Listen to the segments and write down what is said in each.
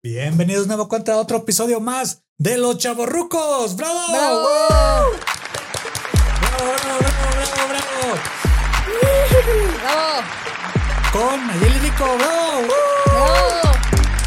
Bienvenidos de nuevo cuenta a otro episodio más de Los Chavorrucos. ¡Bravo! ¡Bravo! ¡Bravo, bravo, bravo, bravo, bravo! ¡Bravo! Con Nayeli Rico, ¡bravo! ¡Bravo!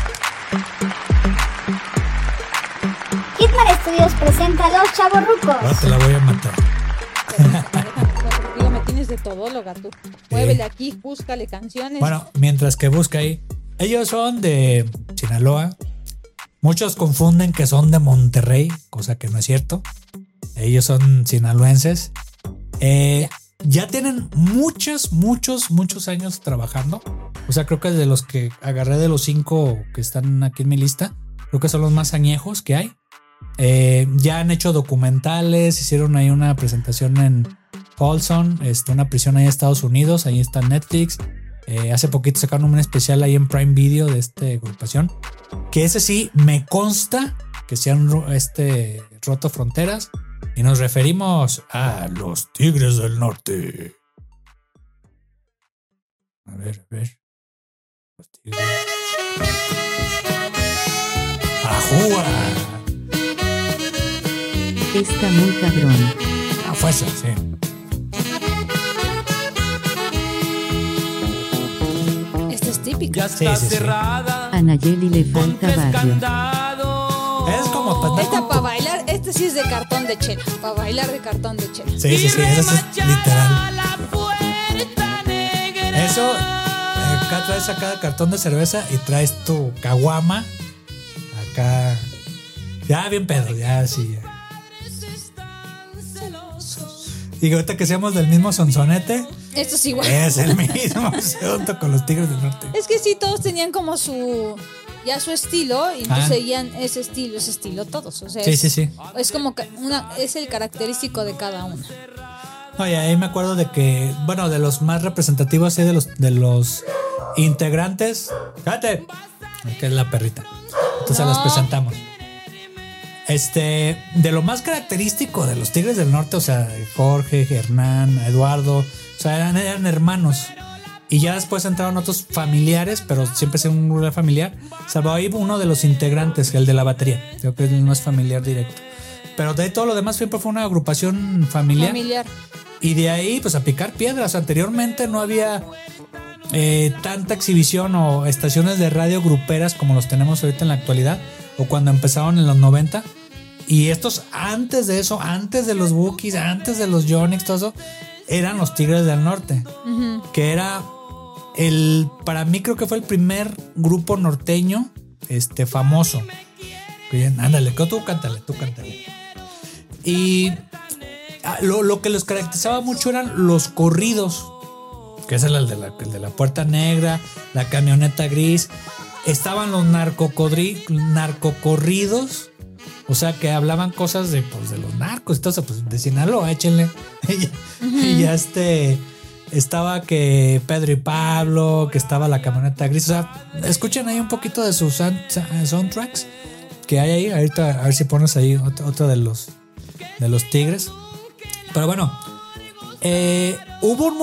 Hitman Studios presenta a Los Chavorrucos. Ahora te la voy a matar. Contigo me tienes de todóloga tú. Muévele aquí, búscale canciones. Bueno, mientras que busca ahí. Ellos son de Sinaloa. Muchos confunden que son de Monterrey, cosa que no es cierto. Ellos son sinaloenses. Ya tienen muchos años trabajando. O sea, creo que de los que agarré de los 5 que están aquí en mi lista, creo que son los más añejos que hay. Ya han hecho documentales, hicieron ahí una presentación en Folsom, una prisión ahí en Estados Unidos, ahí está Netflix. Hace poquito sacaron un especial ahí en Prime Video de esta agrupación, que ese sí me consta que se han roto fronteras, y nos referimos a los Tigres del Norte. A ver. Los Tigres. ¡Ajúa! Está muy cabrón. A fuerza, sí. Esta es típica. Ya está Sí. cerrada. A Nayeli le Con falta 3 barrio. candados. Es como para Esta para bailar, este sí es de cartón de chela. Para bailar de cartón de chela. Sí, eso es literal. La puerta negra. Eso, acá traes a cada cartón de cerveza y traes tu caguama. Acá, ya bien pedo, ya sí. Ya. Y ahorita que seamos del mismo sonsonete, Esto es igual. es el mismo junto con los Tigres del Norte. Es que sí, todos tenían como su estilo, y entonces Ah. seguían ese estilo todos. O sea, Sí. es como es el característico de cada uno. Oye, ahí me acuerdo de que, bueno, de los más representativos, sí, de los integrantes. Fíjate, que es la perrita. Entonces No. las presentamos. De lo más característico de los Tigres del Norte, o sea, Jorge, Hernán, Eduardo, o sea, eran hermanos. Y ya después entraron otros familiares, pero siempre es un grupo familiar. Salvo ahí uno de los integrantes, el de la batería. Creo que no es familiar directo. Pero de ahí todo lo demás siempre fue una agrupación familiar. Y de ahí, pues a picar piedras. Anteriormente no había tanta exhibición o estaciones de radio gruperas como los tenemos ahorita en la actualidad, o cuando empezaron en los 90. Y estos, antes de eso, antes de los Bookies, antes de los Yonix, todo eso, eran los Tigres del Norte. Uh-huh. Que era para mí creo que fue el primer grupo norteño famoso. Bien, ándale, tú cántale. Y lo que los caracterizaba mucho eran los corridos, que es el de la puerta negra, la camioneta gris. Estaban los narcocorridos, o sea, que hablaban cosas de los narcos, entonces, pues de Sinaloa, échenle. Y ya estaba que Pedro y Pablo, que estaba la camioneta gris. O sea, escuchen ahí un poquito de sus soundtracks que hay ahí. Ahorita a ver si pones ahí otro de los Tigres. Pero bueno, hubo un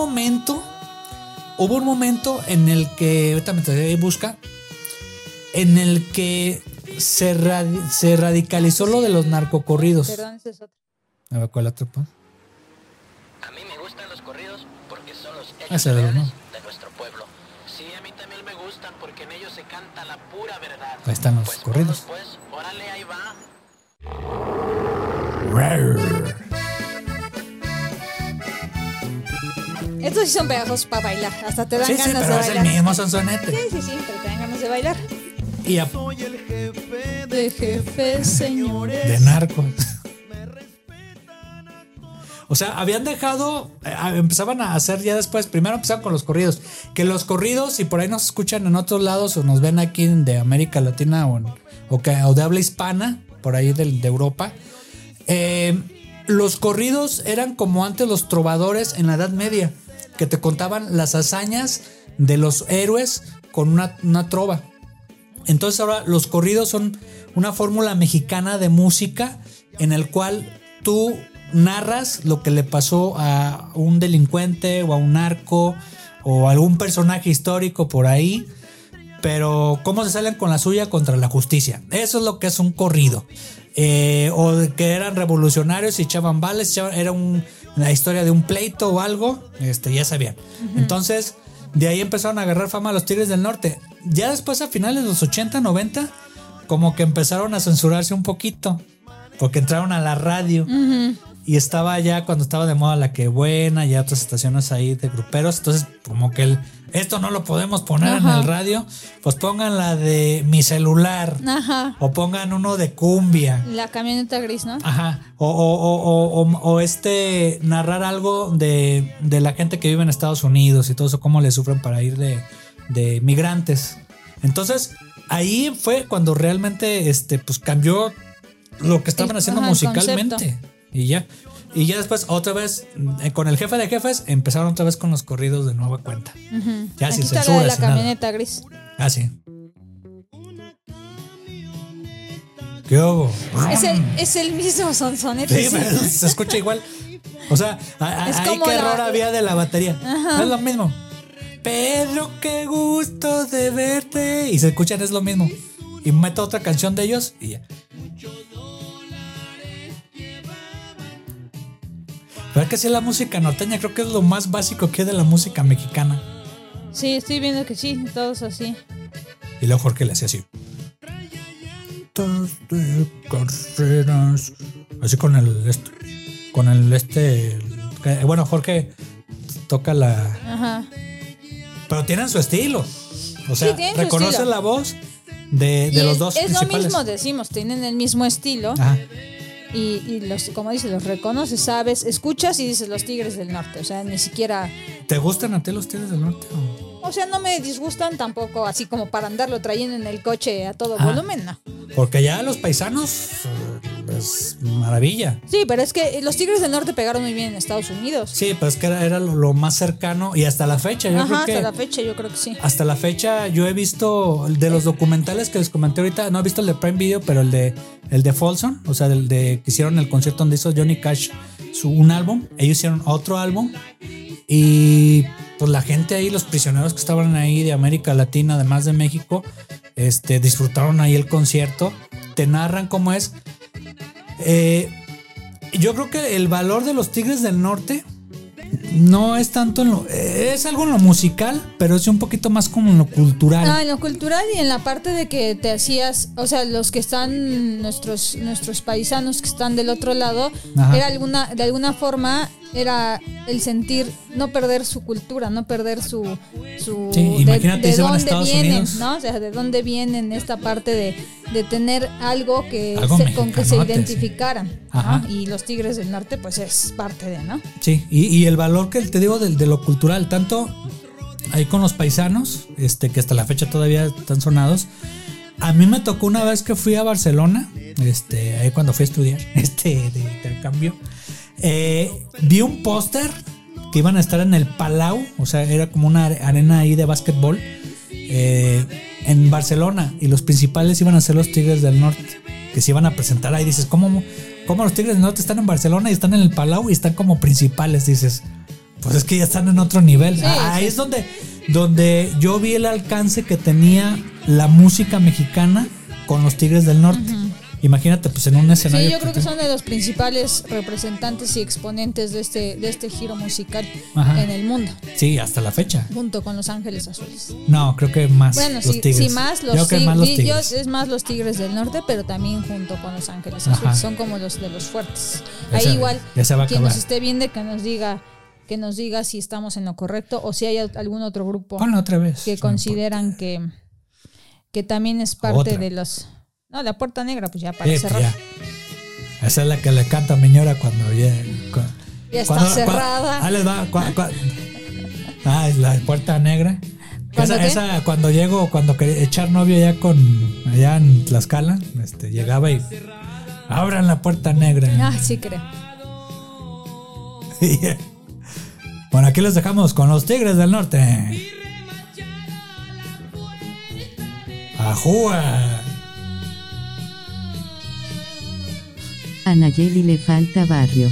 momento en el que, ahorita me busca, en el que se radicalizó lo de los narcocorridos. Perdón, ese es otro. A ver, ¿cuál otro? A mí me gustan los corridos porque son los hechos Ese de los, reales ¿no? de nuestro pueblo. Sí, a mí también me gustan porque en ellos se canta la pura verdad. Ahí están los pues, corridos. Pues, órale, ahí va. Estos sí son pegajosos para bailar. Hasta te dan Sí, ganas de pero es el bailar. mismo sonsonete. Sí, pero te dan ganas de bailar. Y Soy el jefe De jefes, señores. de narcos. O sea, habían dejado, empezaban a hacer ya después, primero empezaron con los corridos. Que los corridos, si por ahí nos escuchan en otros lados o nos ven aquí de América Latina o de habla hispana, por ahí de Europa, los corridos eran como antes los trovadores en la Edad Media, que te contaban las hazañas de los héroes con una trova. Entonces ahora los corridos son una fórmula mexicana de música en el cual tú narras lo que le pasó a un delincuente o a un narco o a algún personaje histórico por ahí, pero cómo se salen con la suya contra la justicia. Eso es lo que es un corrido. O de que eran revolucionarios y echaban balas, era la historia de un pleito o algo, ya sabían. Entonces, de ahí empezaron a agarrar fama los Tigres del Norte. Ya después, a finales de los 80, 90, como que empezaron a censurarse un poquito, porque entraron a la radio. Y estaba ya, cuando estaba de moda La Que Buena, ya otras estaciones ahí de gruperos. Entonces, como que esto no lo podemos poner en el radio, pues pongan la de Mi Celular. Ajá. O pongan uno de cumbia. La camioneta gris, ¿no? Ajá. O narrar algo de la gente que vive en Estados Unidos y todo eso, cómo le sufren para ir de migrantes. Entonces, ahí fue cuando realmente pues cambió lo que estaban haciendo musicalmente. Concepto. Y ya después otra vez con el jefe de jefes empezaron otra vez con los corridos de nueva cuenta. Ya aquí sin está censura, la sin camioneta nada. gris. Ah, sí. ¿Qué hubo? Es el mismo sonsonete. Sí, pero se escucha igual. O sea, ahí qué error había de la batería. Ajá. Es lo mismo. Pedro, qué gusto de verte. Y se escuchan, es lo mismo. Y meto otra canción de ellos y ya. ¿Verdad que sí, la música norteña creo que es lo más básico que hay de la música mexicana? Sí, estoy viendo que sí, todos así. Y luego Jorge le hacía así. De carreras. Así con bueno, Jorge toca la... Ajá. Pero tienen su estilo. O sea, sí, reconoce la voz de los dos principales. Es lo mismo, decimos, tienen el mismo estilo. Ajá. Y como dices, los reconoces, sabes, escuchas y dices los Tigres del Norte. O sea, ni siquiera... ¿Te gustan a ti los Tigres del Norte? O sea, no me disgustan tampoco, así como para andarlo trayendo en el coche a todo volumen, no. Porque ya los paisanos es maravilla. Sí, pero es que los Tigres del Norte pegaron muy bien en Estados Unidos. Sí, pero es que era lo más cercano y hasta la fecha. Hasta la fecha yo creo que sí. Hasta la fecha yo he visto de los documentales que les comenté ahorita, no he visto el de Prime Video, pero el de Folsom, o sea, el de que hicieron el concierto donde hizo Johnny Cash un álbum, ellos hicieron otro álbum y pues la gente ahí, los prisioneros que estaban ahí de América Latina, además de México, disfrutaron ahí el concierto, te narran cómo es. Yo creo que el valor de los Tigres del Norte no es tanto es algo en lo musical, pero es un poquito más como en lo cultural. En lo cultural y en la parte de que te hacías, o sea, los que están, nuestros paisanos que están del otro lado, era de alguna forma era el sentir, no perder su cultura, no perder su sí, imagínate, de se van a dónde Estados vienen, Unidos, ¿no? O sea, de dónde vienen esta parte de tener algo con que se identificaran, ¿no? Y los Tigres del Norte pues es parte de, ¿no? Sí, y el valor que te digo de lo cultural, tanto ahí con los paisanos, que hasta la fecha todavía están sonados. A mí me tocó una vez que fui a Barcelona, ahí cuando fui a estudiar, de intercambio. Vi un póster que iban a estar en el Palau, o sea, era como una arena ahí de básquetbol en Barcelona, y los principales iban a ser los Tigres del Norte, que se iban a presentar ahí. Dices, ¿cómo los Tigres del Norte están en Barcelona y están en el Palau y están como principales? Dices, pues es que ya están en otro nivel. Sí, ahí sí. Es donde yo vi el alcance que tenía la música mexicana con los Tigres del Norte. Imagínate, pues en un escenario. Sí, yo creo que son de los principales representantes y exponentes de este giro musical en el mundo. Sí, hasta la fecha. Junto con Los Ángeles Azules. No, creo que más. Bueno, los Tigres. Sí, más los Tigres. Es más los Tigres del Norte, pero también junto con Los Ángeles Azules. Son como los de los fuertes. Ahí igual, quien nos esté viendo, que nos diga si estamos en lo correcto o si hay algún otro grupo otra vez, que consideran que también es parte de los... No, La Puerta Negra, pues ya para cerrar. Ya. Esa es la que le canta a mi señora cuando ya está cerrada. Les va. Es La Puerta Negra. Esa cuando llego, cuando quería echar novio allá en Tlaxcala, llegaba y abran la Puerta Negra. Sí creo. Bueno, aquí los dejamos con los Tigres del Norte. ¡Ajúa! A Nayeli le falta barrio.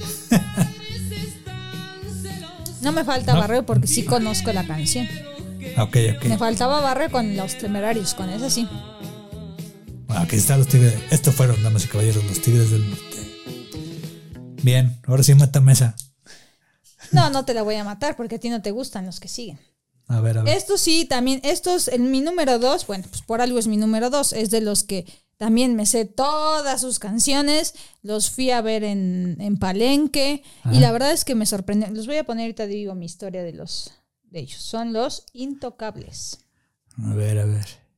No me falta barrio porque sí conozco la canción. Ok. Me faltaba barre con Los Temerarios, con esa sí. Bueno, aquí están los Tigres. Estos fueron, damas y caballeros, los Tigres del Norte. Bien, ahora sí mátame esa. No te la voy a matar porque a ti no te gustan los que siguen. A ver. Estos sí, también, mi número 2, bueno, pues por algo es mi número 2, es de los que también me sé todas sus canciones, los fui a ver en Palenque y la verdad es que me sorprendió. Los voy a poner ahorita, digo, mi historia de ellos. Son los Intocables. A ver.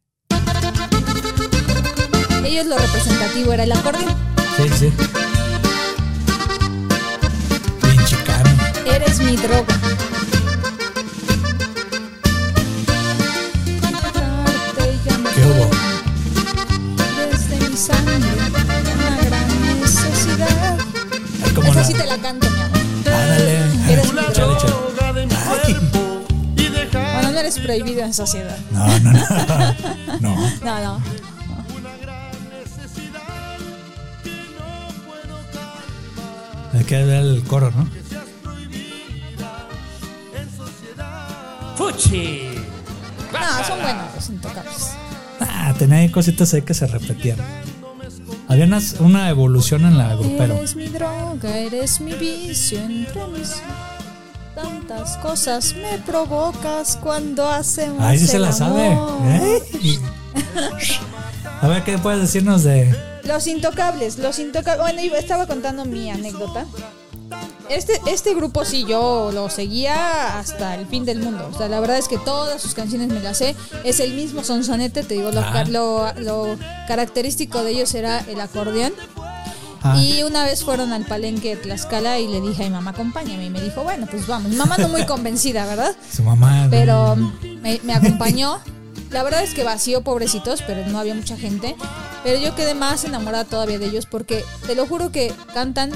Ellos lo representativo era el acordeón. Sí. Bien chicano. Eres mi droga. ¿Qué hubo? Desde mi sangre, una gran necesidad. ¿Cómo Esa no? sí te la canto, mi amor. Ándale. Eres mi Échale. Ay. Bueno, no eres prohibido en sociedad. No. No. Hay que ver el coro, ¿no? ¡Fuchi! No, son buenos los Intocables. Tenía ahí cositas ahí que se repetían. Había una evolución en la grupero. Eres mi droga, eres mi vicio, entre mis tantas cosas me provocas cuando hacemos Ahí sí se el la sabe. amor. A ver, ¿qué puedes decirnos de...? Los Intocables. Bueno, yo estaba contando mi anécdota. Este grupo sí, yo lo seguía hasta el fin del mundo. O sea, la verdad es que todas sus canciones me las sé. Es el mismo sonsonete, te digo, lo característico de ellos era el acordeón. Y una vez fueron al Palenque de Tlaxcala y le dije a mi mamá, acompáñame. Y me dijo, bueno, pues vamos. Mi mamá no muy convencida, ¿verdad? Su mamá... Pero me acompañó. La verdad es que vacío, pobrecitos, pero no había mucha gente. Pero yo quedé más enamorada todavía de ellos porque te lo juro que cantan,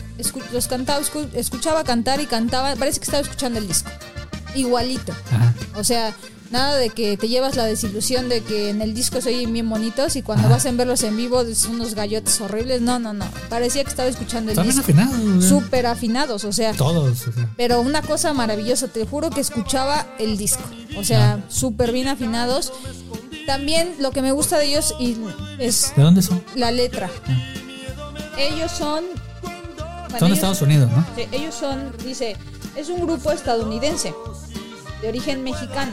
escuchaba cantar y cantaba, parece que estaba escuchando el disco. Igualito. Ajá. O sea, nada de que te llevas la desilusión de que en el disco se oyen bien bonitos y cuando vas a verlos en vivo es unos gallotes horribles. No. Parecía que estaba escuchando el disco. Están afinados. Súper afinados, o sea. Todos. O sea. Pero una cosa maravillosa, te juro que escuchaba el disco. O sea, súper bien afinados. También lo que me gusta de ellos es ¿De dónde son? la letra. Ellos son... Son de Estados Unidos, ¿no? Sí, ellos son, dice, es un grupo estadounidense de origen mexicano.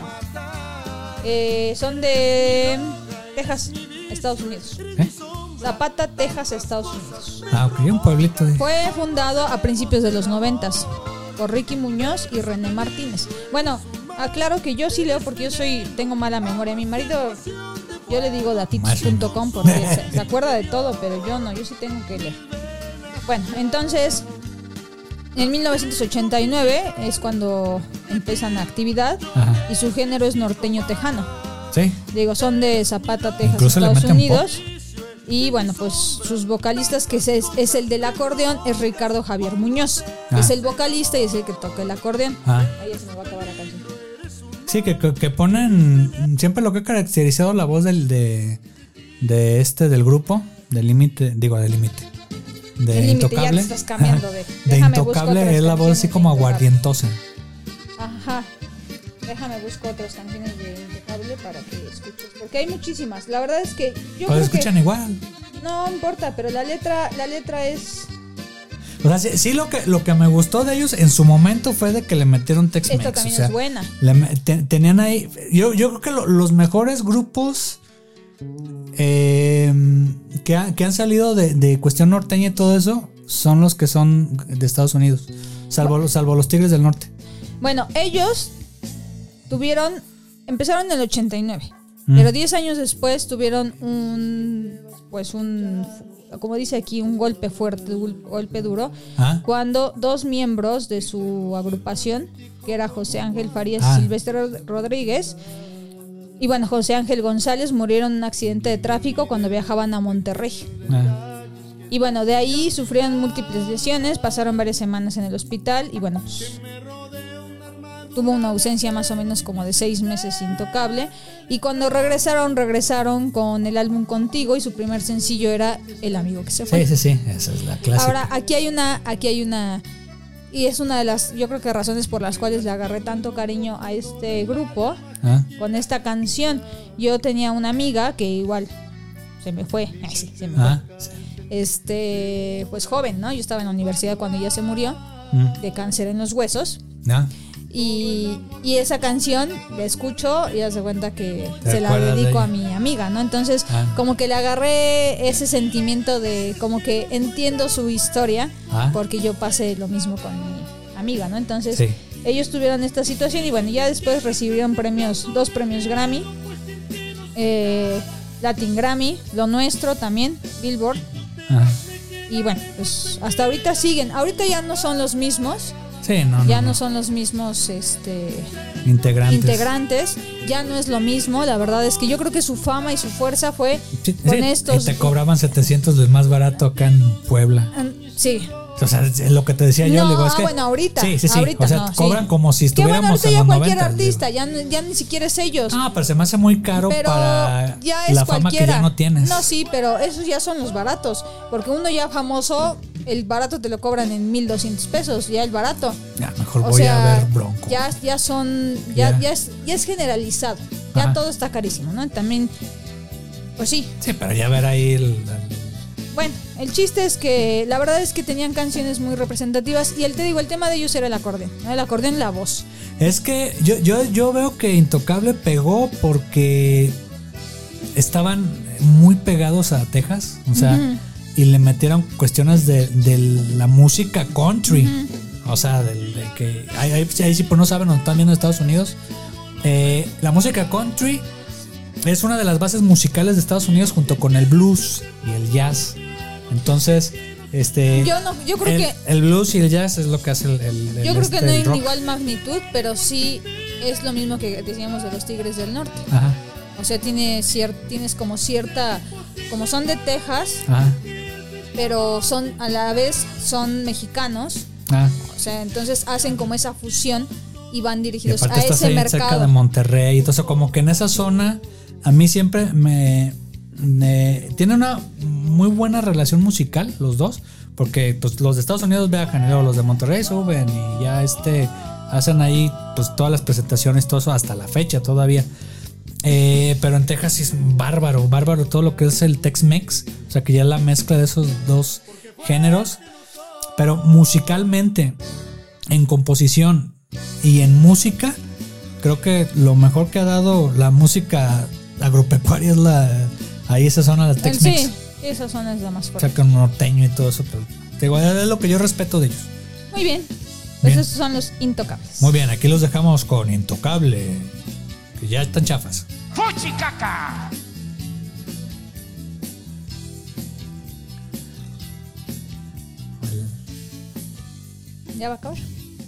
Son de Texas, Estados Unidos. Zapata, Texas, Estados Unidos. Ok, un pueblito de... Fue fundado a principios de los 90s por Ricky Muñoz y René Martínez. Bueno, aclaro que yo sí leo porque tengo mala memoria. Mi marido, yo le digo datitos.com porque se acuerda de todo, pero yo no, yo sí tengo que leer. Bueno, entonces, en 1989 es cuando empiezan la actividad. Ajá. Y su género es norteño tejano. Sí. Digo, son de Zapata, Texas, incluso Estados Unidos. Y bueno, pues sus vocalistas, que es el del acordeón, es Ricardo Javier Muñoz. Es el vocalista y es el que toca el acordeón. Ahí ya se me va a acabar la canción. Sí, que ponen siempre lo que ha caracterizado la voz del grupo, del límite, de Intocable. Ya te estás cambiando de Intocable es la voz así como aguardientosa. Ajá. Déjame buscar otras canciones de Intocable para que escuches, porque hay muchísimas. La verdad es que yo pues creo escuchan que igual. No importa, pero la letra es... O sea, sí lo que me gustó de ellos en su momento fue de que le metieron Tex-Mex. Esta también es buena. Tenían ahí... Yo creo que los mejores grupos que han salido de cuestión norteña y todo eso son los que son de Estados Unidos. Salvo los Tigres del Norte. Bueno, ellos empezaron en el 89. Pero 10 años después tuvieron como dice aquí, un golpe fuerte, un golpe duro, cuando dos miembros de su agrupación, que era José Ángel Farías y Silvestre Rodríguez, y bueno, José Ángel González, murieron en un accidente de tráfico cuando viajaban a Monterrey. Y bueno, de ahí sufrieron múltiples lesiones, pasaron varias semanas en el hospital y bueno, pues, tuvo una ausencia más o menos como de 6 meses Intocable. Y cuando regresaron con el álbum Contigo y su primer sencillo era El amigo que se fue. Sí, esa es la clásica. Ahora, aquí hay una Y es una de las, yo creo que razones por las cuales le agarré tanto cariño a este grupo con esta canción. Yo tenía una amiga que igual se me fue. Ay, sí, se me fue. Sí. Pues joven, ¿no? Yo estaba en la universidad cuando ella se murió de cáncer en los huesos. Y esa canción la escucho y se cuenta que se la dedico a mi amiga, ¿no? Entonces, como que le agarré ese sentimiento de como que entiendo su historia porque yo pasé lo mismo con mi amiga, ¿no? Entonces, ellos tuvieron esta situación y bueno, ya después recibieron dos premios Grammy, Latin Grammy, lo nuestro también, Billboard. Y bueno, pues hasta ahorita siguen. Ahorita ya no son los mismos. Sí, no son los mismos integrantes. Ya no es lo mismo. La verdad es que yo creo que su fama y su fuerza fue con estos. Y te cobraban 700 del más barato acá en Puebla. Sí. O sea, es lo que te decía yo. Digo, es que, bueno, ahorita. Sí. Ahorita, o sea, cobran como si estuviéramos ahorita en ya los cualquier 90. artista, ya ni siquiera es ellos. Pero se me hace muy caro para ya es la fama que ya no tienes. No, sí, pero esos ya son los baratos. Porque uno ya famoso, el barato te lo cobran en 1,200 pesos, ya el barato. Ya, mejor voy a ver Bronco. Ya es generalizado. Ya todo está carísimo, ¿no? También, pues sí. Sí, pero ya ver ahí Bueno, el chiste es que la verdad es que tenían canciones muy representativas y el tema de ellos era el acordeón, ¿no? El acordeón, la voz. Es que yo veo que Intocable pegó porque estaban muy pegados a Texas, o sea, y le metieron cuestiones de la música country, o sea, de que ahí sí por no saben, no están viendo en Estados Unidos, la música country es una de las bases musicales de Estados Unidos junto con el blues y el jazz. Entonces, yo creo que el blues y el jazz es lo que hace el yo creo que no en rock. igual magnitud, pero sí es lo mismo que decíamos de los Tigres del Norte. O sea, tienes como cierta, como son de Texas, pero son a la vez son mexicanos. O sea, entonces hacen como esa fusión y van dirigidos a ese mercado. Cerca de Monterrey, entonces como que en esa zona a mí siempre tiene una muy buena relación musical los dos, porque pues los de Estados Unidos viajan y luego los de Monterrey suben y ya hacen ahí pues todas las presentaciones, todo eso hasta la fecha todavía. Pero en Texas sí es bárbaro todo lo que es el Tex-Mex, o sea que ya la mezcla de esos dos géneros, pero musicalmente, en composición y en música, creo que lo mejor que ha dado la música agropecuaria es ahí esa zona del Tex-Mex. Sí, esa zona es la más fuerte. O sea, con norteño y todo eso, pero es lo que yo respeto de ellos. Muy bien, pues esos son los Intocables. Muy bien, aquí los dejamos con Intocable, que ya están chafas. ¡Fuchicaca! ¿Ya va a acabar?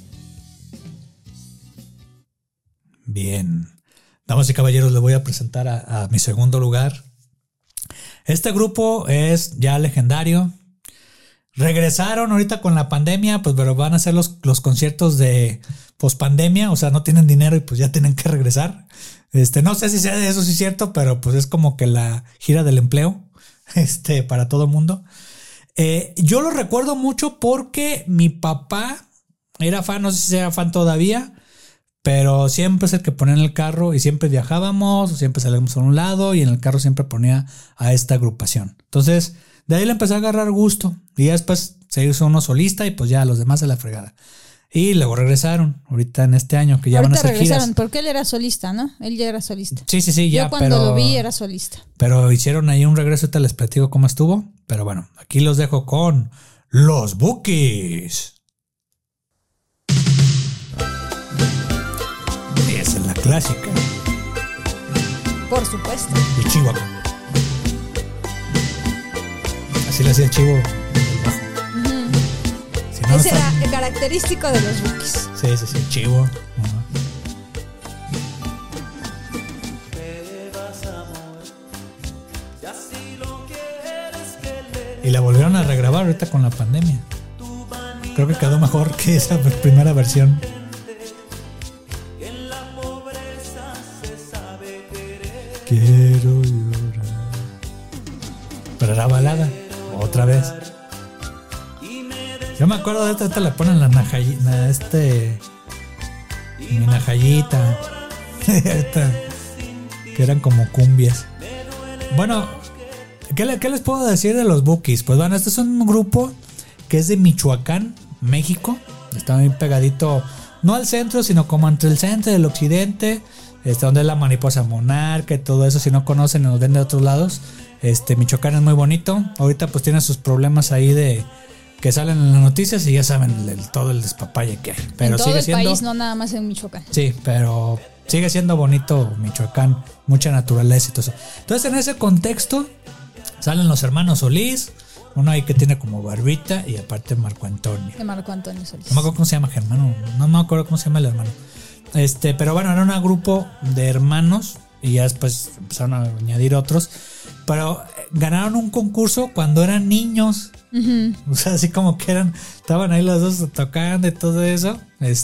Bien. Damas y caballeros, les voy a presentar a mi segundo lugar. Este grupo es ya legendario. Regresaron ahorita con la pandemia, pues pero van a hacer los conciertos de pospandemia, o sea, no tienen dinero y pues ya tienen que regresar. No sé si sea eso sí es cierto, pero pues es como que la gira del empleo, para todo mundo. Yo lo recuerdo mucho porque mi papá era fan, no sé si sea fan todavía, pero siempre es el que ponía en el carro y siempre viajábamos, siempre salíamos a un lado y en el carro siempre ponía a esta agrupación. Entonces, de ahí le empecé a agarrar gusto y ya después se hizo uno solista y pues ya los demás se la fregada. Y luego regresaron ahorita en este año que ya van a hacer giras. Porque él era solista, ¿no? Él ya era solista. Sí, ya. Yo cuando lo vi era solista. Pero hicieron ahí un regreso, ahorita les platico cómo estuvo. Pero bueno, aquí los dejo con los Bukis. Esa es la clásica. Por supuesto. Y Chivo acá. Así le hacía el Chivo. Ese era el característico de los Bukis. Sí, Chivo. Y la volvieron a regrabar ahorita con la pandemia. Creo que quedó mejor que esa primera versión. Quiero llorar. Pero era balada, otra vez. Yo me acuerdo de esta le ponen la najayita, mi najayita. Que eran como cumbias. Bueno, ¿qué les puedo decir de los Bukis? Pues bueno, este es un grupo que es de Michoacán, México. Está bien pegadito, no al centro, sino como entre el centro y el occidente. Donde es la mariposa monarca y todo eso. Si no conocen, nos ven de otros lados. Michoacán es muy bonito. Ahorita pues tiene sus problemas ahí de que salen en las noticias y ya saben todo el despapalle que hay. Pero en todo sigue el siendo, país, no nada más en Michoacán. Sí, pero sigue siendo bonito Michoacán, mucha naturaleza y todo eso. Entonces en ese contexto salen los hermanos Solís, uno ahí que tiene como barbita y aparte Marco Antonio. De Marco Antonio Solís. No me acuerdo cómo se llama hermano, no me acuerdo cómo se llama el hermano. Pero bueno, era un grupo de hermanos y ya después empezaron a añadir otros, pero ganaron un concurso cuando eran niños. Uh-huh. O sea, así como que estaban ahí los dos tocando y todo eso.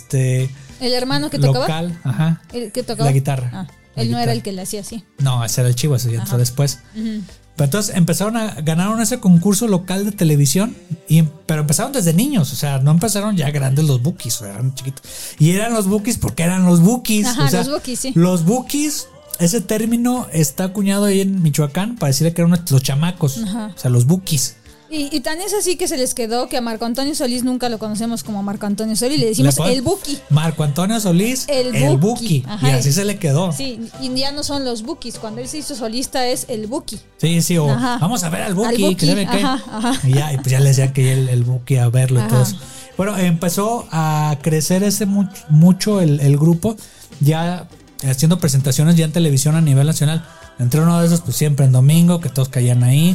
¿El hermano que tocaba? Local, ajá. ¿El que tocaba? La guitarra. Ah, él no era el que le hacía así. No, ese era el chivo, ese ya entró después. Uh-huh. Pero entonces ganaron ese concurso local de televisión, pero empezaron desde niños, o sea, no empezaron ya grandes los Bukis, o eran chiquitos. Y eran los Bukis porque eran los Bukis. Ajá, o sea, los Bukis, sí. Los Bukis, ese término está acuñado ahí en Michoacán para decirle que eran los chamacos, ajá. O sea, los Bukis. Y tan es así que se les quedó que a Marco Antonio Solís nunca lo conocemos como Marco Antonio Solís, le decimos el Buki. Marco Antonio Solís, el Buki. Y así se le quedó. Sí, y ya no son los Bukis, cuando él se hizo solista es el Buki. Sí, o ajá. Vamos a ver al Buki, Buki. que sabe qué. Ajá. Y pues ya le decían que el Buki a verlo y todo eso. Bueno, empezó a crecer mucho el grupo, ya haciendo presentaciones ya en televisión a nivel nacional. Entre uno de esos, pues siempre en domingo, que todos caían ahí.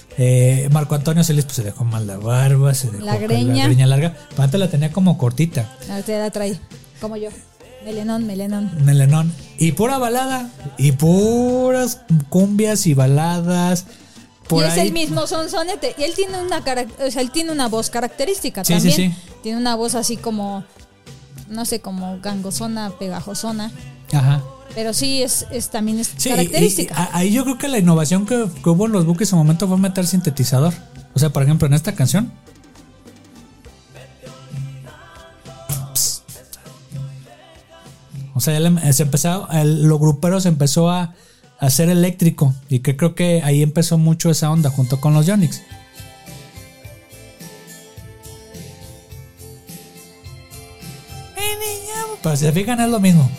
Marco Antonio Solís pues se dejó mal la barba, se dejó la greña larga, pero antes la tenía como cortita. Ahorita la trae, como yo, melenón. Y pura balada, y puras cumbias y baladas. Y es el mismo sonsonete. Y él tiene una voz característica también. Sí. Tiene una voz así como, no sé, como gangosona, pegajosona. Ajá. Pero sí, también es característica. Y ahí yo creo que la innovación que hubo en los Bukis en su momento fue meter sintetizador. O sea, por ejemplo, en esta canción. O sea, lo grupero se empezó a hacer eléctrico. Y que creo que ahí empezó mucho esa onda junto con los Yonix. Pero si se fijan es lo mismo.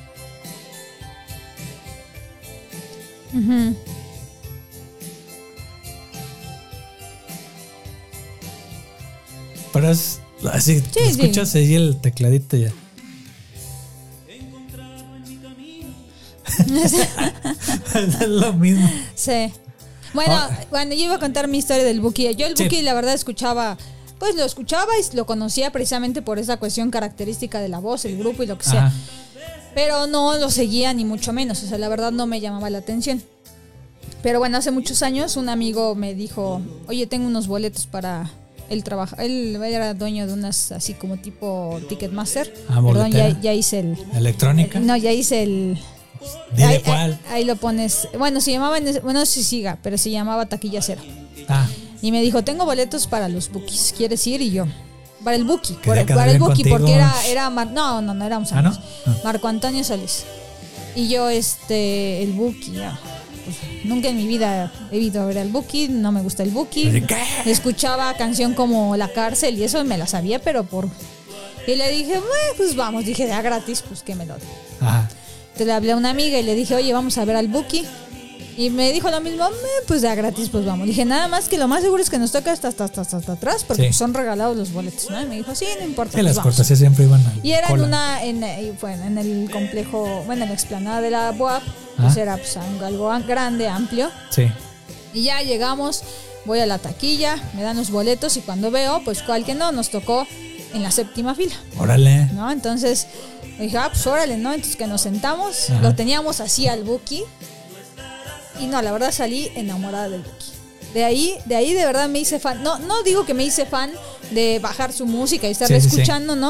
Uh-huh. Pero es así, escuchas ahí el tecladito ya. Es lo mismo. Sí. Bueno, yo iba a contar mi historia del Buki. Yo el Buki la verdad lo escuchaba y lo conocía precisamente por esa cuestión característica de la voz, el grupo y lo que sea. Ajá. Pero no lo seguía ni mucho menos, o sea, la verdad no me llamaba la atención. Pero bueno, hace muchos años un amigo me dijo, oye, tengo unos boletos para el trabajo. Él era dueño de unas así como tipo Ticketmaster. Perdón, ya hice el... ¿Electrónica? Ya hice el... Dile cuál. Ahí lo pones. Bueno, no sé si siga, pero se llamaba Taquilla Cero. Y me dijo, tengo boletos para los Bukis, ¿quieres ir? Y yo... Para el Buki, para el Buki, porque era no éramos amigos. ¿No? Marco Antonio Solís. Y yo, el Buki, pues, nunca en mi vida he ido a ver al Buki, no me gusta el Buki. Escuchaba canción como La Cárcel y eso me la sabía, pero y le dije, pues vamos, dije, de gratis, pues que me lo doy. Ajá. Entonces le hablé a una amiga y le dije, oye, vamos a ver al Buki. Y me dijo lo mismo, pues de gratis, pues vamos. Dije, nada más que lo más seguro es que nos toca hasta atrás, porque son regalados los boletos, ¿no? Y me dijo, sí, no importa. Sí, pues las cortesías siempre iban a. Y era en el complejo, en la explanada de la BUAP, pues era pues, algo grande, amplio. Sí. Y ya llegamos, voy a la taquilla, me dan los boletos y cuando veo, pues cual que no, nos tocó en la 7ª fila. Órale. ¿No? Entonces dije, pues órale, ¿no? Entonces que nos sentamos, lo teníamos así al Buki. Y no, la verdad salí enamorada del Buki. De ahí de verdad me hice fan. No digo que me hice fan de bajar su música y estarla escuchando, ¿no?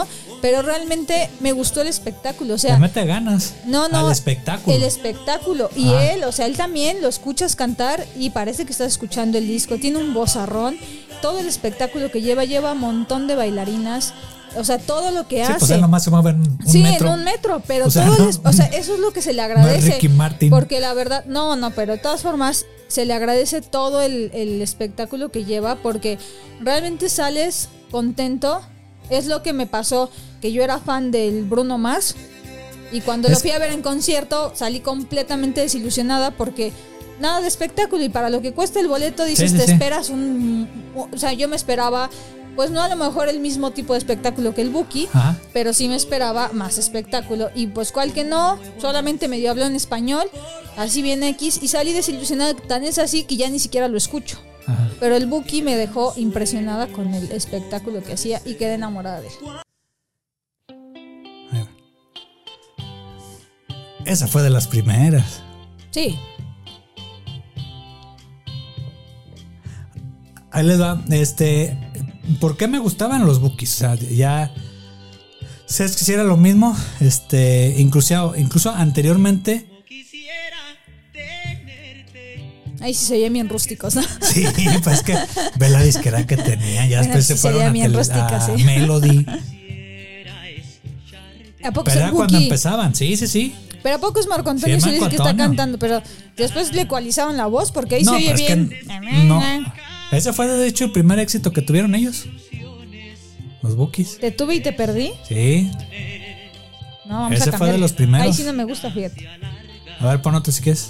pero realmente me gustó el espectáculo, o sea, Le mete ganas. no, Al espectáculo. el espectáculo. Y Ajá. él, o sea, él también lo escuchas cantar y parece que estás escuchando el disco. Tiene un vozarrón. Todo el espectáculo que lleva un montón de bailarinas. O sea, todo lo que Sí, hace. pues él nomás se mueve en un Sí, metro. en un metro, pero O sea, todo no- o sea, eso es lo que se le No es agradece. Ricky Martin. Porque la verdad, no, pero de todas formas se le agradece todo el espectáculo que lleva porque realmente sales contento. Es lo que me pasó, que yo era fan del Bruno Mars y cuando lo fui a ver en concierto salí completamente desilusionada porque nada de espectáculo y para lo que cuesta el boleto dices, Sí, sí, te sí. esperas o sea, yo me esperaba, pues no a lo mejor el mismo tipo de espectáculo que el Buki, Ajá. pero sí me esperaba más espectáculo. Y pues cual que no, solamente medio habló en español, así bien X, y salí desilusionada, tan es así que ya ni siquiera lo escucho. Ajá. Pero el Buki me dejó impresionada con el espectáculo que hacía y quedé enamorada de él. Ahí va. Esa fue de las primeras. Sí, Ahí les va. ¿Por qué me gustaban los Bukis? O sea, ya. ¿Sabes que si era lo mismo? Incluso anteriormente. ahí sí se oían bien rústicos, ¿no? Sí, pues es que ve la disquera que tenía. Ya Bueno, después sí se se fueron veía a, bien rústica, sí. Melody. ¿A poco Pero es era el cuando Buki? empezaban. Sí. Pero ¿a poco es Marco Antonio Sí, Solís Marco el que está Antonio. cantando? Pero después le ecualizaron la voz porque ahí No, se oye pero es que bien. no. Ese fue de hecho el primer éxito que tuvieron ellos. Los Bukis. ¿Te tuve y te perdí? Sí. No, vamos Ese a fue cambiar. de los primeros. Ahí sí no me gusta, fíjate. A ver, pon otro si quieres.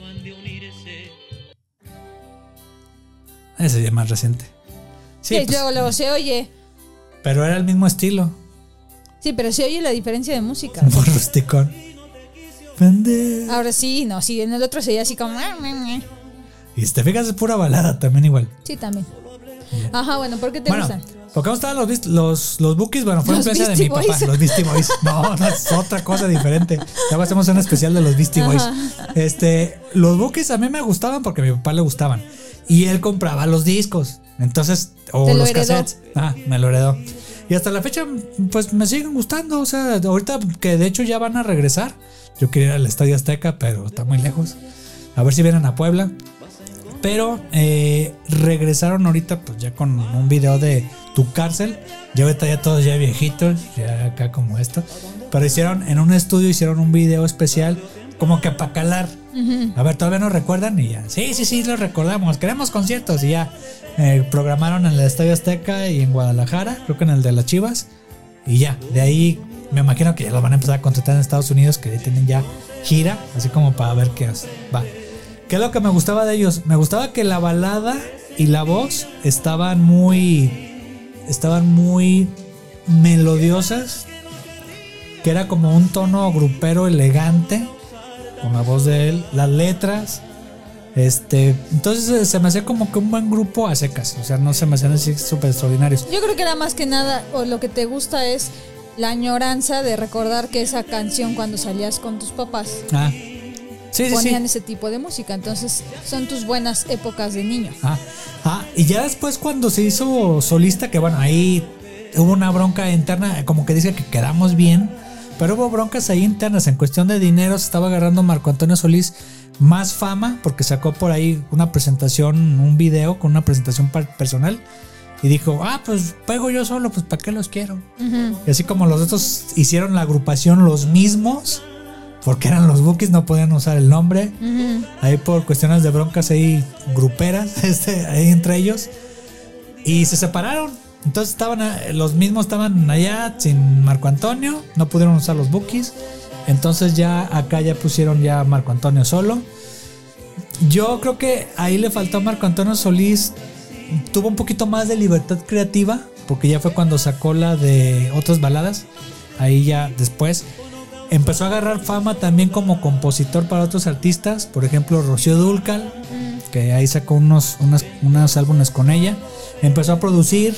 Ese ya es más reciente. Sí, Sí, pues, luego se oye. pero era el mismo estilo. Sí, pero se oye la diferencia de música. Muy rusticón. Vende. Ahora sí, no, sí, en el otro se oye así como. Y si te fijas, es pura balada también igual. Sí, también. Ajá, bueno, ¿por qué te Bueno, gustan? porque cómo estaban los Bukis, bueno, fue Los influencia de Beastie mi papá, Boys. los Beastie Boys. No, es otra cosa diferente. Luego hacemos un especial de los Beastie Boys. Los Bukis a mí me gustaban porque a mi papá le gustaban. Y él compraba los discos. Entonces, o Te lo los heredó. cassettes. Me lo heredó. Y hasta la fecha, pues me siguen gustando. O sea, ahorita que de hecho ya van a regresar. Yo quería ir al Estadio Azteca, pero está muy lejos. A ver si vienen a Puebla. Pero regresaron ahorita pues ya con un video de Tu Cárcel. Ya ahorita ya todos ya viejitos, ya acá como esto. Pero hicieron en un estudio, hicieron un video especial como que para calar. A ver, ¿todavía no recuerdan? Y ya, sí, lo recordamos. Queremos conciertos. Y ya programaron en el Estadio Azteca y en Guadalajara, creo que en el de las Chivas. Y ya, de ahí me imagino que ya los van a empezar a contratar en Estados Unidos, que ahí tienen ya gira, así como para ver qué va. ¿Qué es lo que me gustaba de ellos? Me gustaba que la balada y la voz estaban muy melodiosas, que era como un tono grupero elegante con la voz de él, las letras, entonces se me hacía como que un buen grupo a secas, o sea, no se me hacían así súper extraordinarios. Yo creo que era más que nada, o lo que te gusta es la añoranza de recordar que esa canción cuando salías con tus papás Sí. ponían ese tipo de música. Entonces son tus buenas épocas de niño. Y ya después cuando se hizo solista, que bueno, ahí hubo una bronca interna, como que dice que quedamos bien, pero hubo broncas ahí internas. En cuestión de dinero se estaba agarrando Marco Antonio Solís más fama porque sacó por ahí una presentación, un video con una presentación personal y dijo, pues pego yo solo, pues ¿para qué los quiero? Y así como los otros hicieron la agrupación los mismos, porque eran los Bukis, no podían usar el nombre. Ahí por cuestiones de broncas ahí gruperas ahí entre ellos, y se separaron. Entonces los mismos estaban allá sin Marco Antonio, no pudieron usar los Bukis. Entonces ya acá ya pusieron ya Marco Antonio solo. Yo creo que ahí le faltó a Marco Antonio Solís, tuvo un poquito más de libertad creativa, porque ya fue cuando sacó la de Otras Baladas. Ahí ya después empezó a agarrar fama también como compositor para otros artistas, por ejemplo Rocío Dúrcal, que ahí sacó unos álbumes con ella. Empezó a producir.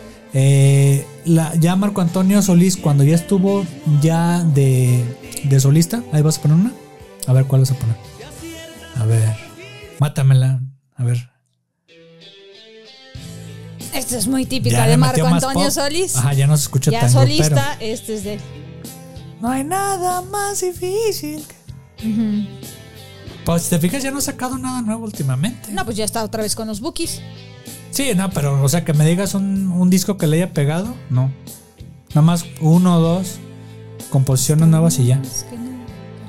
Ya Marco Antonio Solís, cuando ya estuvo ya de solista, ahí vas a poner una. A ver, ¿cuál vas a poner? A ver, mátamela. A ver. Esta es muy típica Ya de le Marco metió más Antonio pop. Solís. Ajá, ya no se escucha Ya tan solista, grupero. este es de él. No hay nada más difícil. Pues si te fijas, ya no ha sacado nada nuevo últimamente. No, pues ya está otra vez con los Bookies. Sí, no, pero o sea, que me digas un disco que le haya pegado, no. Nada más 1 o 2 composiciones nuevas y ya. Es que no.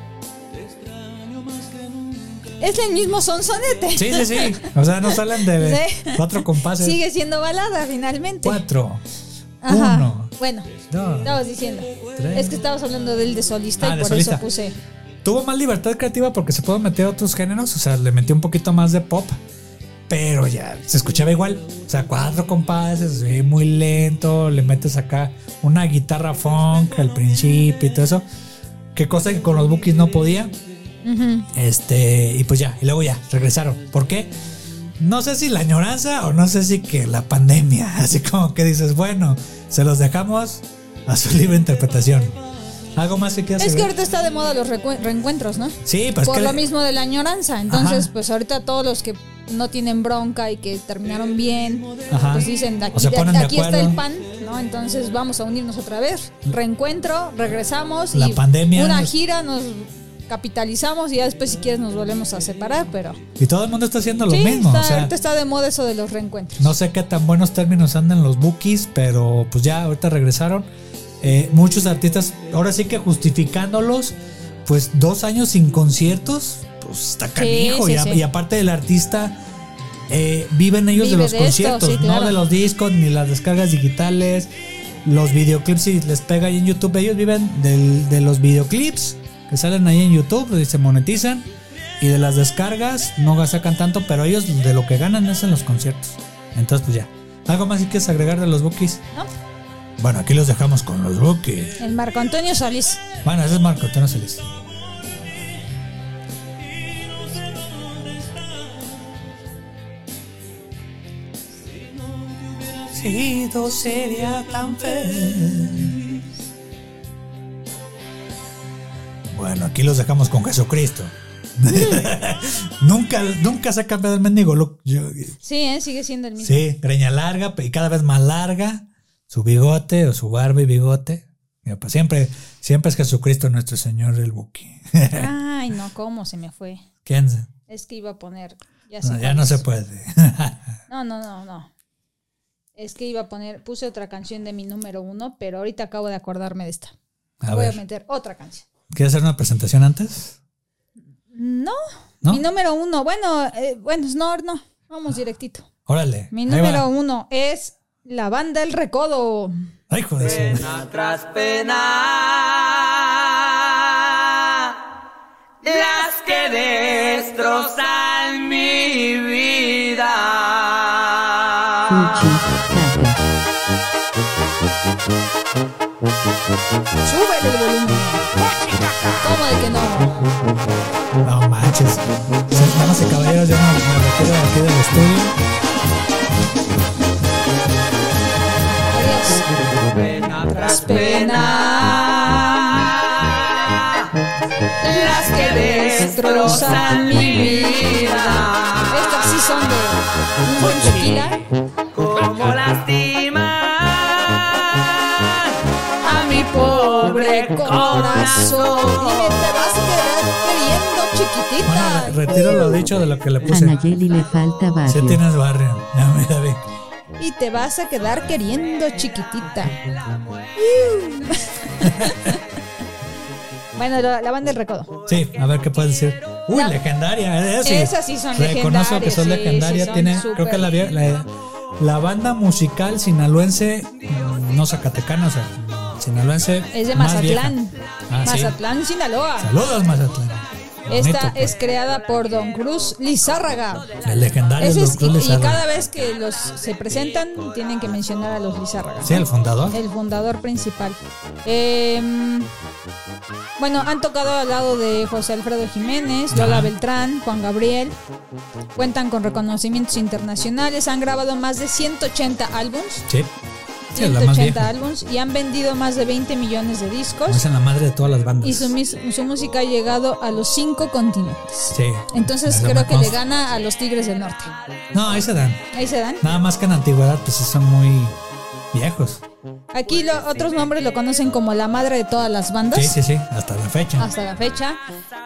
Es el mismo sonsonete. Sí, sí, sí. O sea, no salen de Sí. 4 compases. Sigue siendo balada finalmente. 4, Ajá. 1, Bueno, 2. estabas diciendo. Tres. Es que estabas hablando del de solista Ah, y de por solista. eso puse. Tuvo más libertad creativa porque se pudo meter a otros géneros. O sea, le metió un poquito más de pop. Pero ya se escuchaba igual. O sea, 4 compases, sí, muy lento. Le metes acá una guitarra funk al principio y todo eso. Qué cosa que con los Bookies no podía. Y pues ya, y luego ya, regresaron. ¿Por qué? No sé si la añoranza o no sé si que la pandemia. Así como que dices, bueno, se los dejamos a su libre interpretación. ¿Algo más que quieras Es que agregar? ahorita está de moda los reencuentros, ¿no? Sí, pues Por que lo mismo de la añoranza. Entonces, Ajá. pues ahorita todos los que no tienen bronca y que terminaron bien, Ajá. pues dicen, O aquí, se ponen de aquí está acuerdo. el pan, ¿no? Entonces vamos a unirnos otra vez. Reencuentro, regresamos La y pandemia una es- gira nos capitalizamos y ya después si quieres nos volvemos a separar, pero Y todo el mundo está haciendo lo sí, mismo. está, O sea, ahorita está de moda eso de los reencuentros. no sé qué tan buenos términos andan los Bookies, pero pues ya ahorita regresaron. Muchos artistas, ahora sí que justificándolos, pues 2 años sin conciertos, pues está canijo. sí, y, sí. y aparte del artista, viven ellos Vive de los de esto, conciertos, sí, claro. no de los discos ni las descargas digitales, los videoclips. Si les pega ahí en YouTube, ellos viven de los videoclips que salen ahí en YouTube y se monetizan. Y de las descargas no sacan tanto, pero ellos de lo que ganan es en los conciertos. Entonces, pues ya. ¿Algo más que quieres agregar de los Bookies? ¿No? Bueno, aquí los dejamos con los Bookies. El Marco Antonio Solís. Bueno, ese es Marco Antonio Solís. Sido sería tan feliz. Bueno, aquí los dejamos con Jesucristo. nunca se ha cambiado el mendigo look. Sí, sigue siendo el mismo. Sí, greña larga y cada vez más larga. Su bigote o su barba y bigote. Ya, pues siempre es Jesucristo nuestro Señor el Buki. Ay, no, ¿cómo se me fue? ¿Quién? Es que iba a poner. Ya, No, sé ya cuál no es. se puede. No. Es que iba a poner. Puse otra canción de mi número 1, pero ahorita acabo de acordarme de esta. A Voy ver. a meter otra canción. ¿Quieres hacer una presentación antes? No, ¿No? mi número 1. Bueno, no. Vamos directito. Órale. Mi ahí número va. 1 es la banda El Recodo. Ay, hijo de su- Pena tras pena, las que destrozan mi vida. Puchi, caca. Súbele el volumen. ¿Cómo de que no? No manches. Damas y caballeros, yo me retiro de aquí del estudio. Adiós. Pena tras pena, las que destrozan mi vida. Estas sí son de un buen tequila. Como lastiman a mi pobre Corazón. Dime, corazón. te vas a quedar queriendo, chiquitita. Bueno, retiro lo dicho de lo que le puse. A Nayeli le falta Sí barrio. tienes barrio. Ya mira, ve. Y te vas a quedar queriendo, chiquitita. Bueno, la banda El Recodo. Sí, a ver qué puedes decir. Uy, La- legendaria. Sí. Esas sí son Reconozco que son legendarias, sí, legendarias. sí, son Tiene, súper. creo que la banda musical sinaloense, no zacatecana, o sea, sinaloense. Es de más vieja. Mazatlán. Ah, sí. Mazatlán, Sinaloa. Saludos, Mazatlán. Esta Bonito, pues. es creada por Don Cruz Lizárraga. El legendario Ese es- Don Cruz y Lizárraga. cada vez que los se presentan tienen que mencionar a los Lizárraga. Sí, el fundador. El fundador principal. Bueno, han tocado al lado de José Alfredo Jiménez, Lola Ajá. Beltrán, Juan Gabriel. Cuentan con reconocimientos internacionales. Han grabado más de 180 álbums. Sí. Sí, la más 180 vieja. álbums y han vendido más de 20 millones de discos. Es en la madre de todas las bandas. Y su música ha llegado a los 5 continentes. Sí. Entonces Eso creo me que le consta. gana a los Tigres del Norte. No, ahí se dan. Ahí se dan. Nada más que en antigüedad, pues sí son muy viejos. Aquí otros nombres lo conocen como la madre de todas las bandas. Sí, sí, sí, hasta la fecha. Hasta la fecha.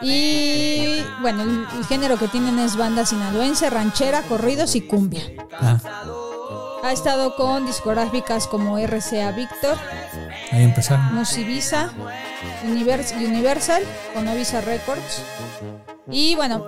Y bueno, el género que tienen es banda sinaloense, ranchera, corridos y cumbia. Ah, Ha estado con discográficas como RCA Victor, ahí empezaron. Musivisa, Universal, Conovisa Records. Y bueno,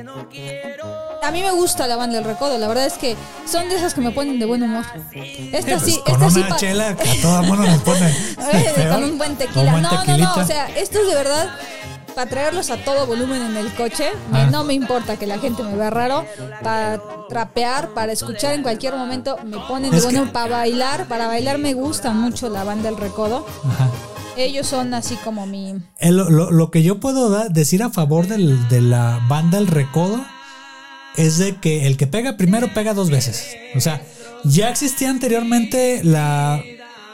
a mí me gusta la banda del Recodo. La verdad es que son de esas que me ponen de buen humor. Esta Pues sí, con esta una sí. chela que a todo mundo nos pone. Con un buen tequila. Con buen No, tequilita. o sea, esto es de verdad para traerlos a todo volumen en el coche. No me importa que la gente me vea raro. Para trapear, para escuchar en cualquier momento, me ponen de Es bueno. que- Para bailar me gusta mucho la banda del Recodo. Ajá. Ellos son así como mi... Lo que yo puedo decir a favor de la banda El Recodo es de que el que pega primero pega dos veces. O sea, ya existía anteriormente la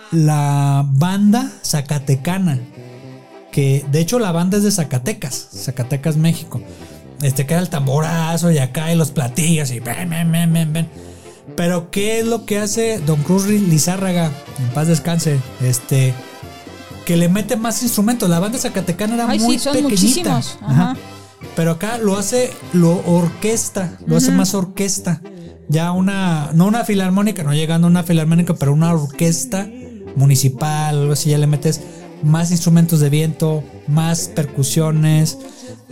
banda zacatecana, que de hecho la banda es de Zacatecas, México. Que era el tamborazo y acá y los platillos y ven. Pero ¿qué es lo que hace Don Cruz Lizárraga? En paz descanse. Que le mete más instrumentos. La banda zacatecana era Ay, muy sí, son pequeñita. muchísimos. Ajá. Pero acá lo hace más orquesta. Ya no una filarmónica, no llegando a una filarmónica, pero una orquesta municipal, algo así, ya le metes más instrumentos de viento, más percusiones,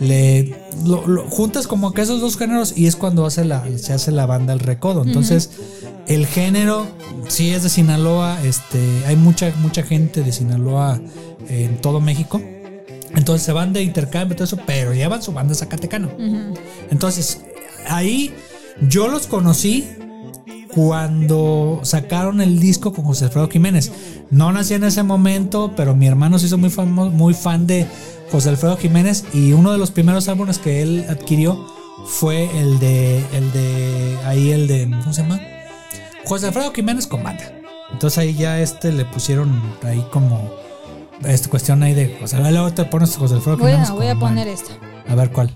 juntas como que esos dos géneros y es cuando se hace la banda El Recodo. Entonces, el género sí es de Sinaloa, hay mucha gente de Sinaloa en todo México. Entonces se van de intercambio y todo eso, pero llevan su banda zacatecana. Entonces, ahí yo los conocí cuando sacaron el disco con José Alfredo Jiménez. No nací en ese momento, pero mi hermano se hizo muy fan de José Alfredo Jiménez y uno de los primeros álbumes que él adquirió fue el de ¿cómo se llama? José Alfredo Jiménez con banda. Entonces ahí ya le pusieron ahí como esta cuestión ahí de José Alfredo. Luego te pones José Alfredo Jiménez. Voy a con poner banda. esta. A ver cuál.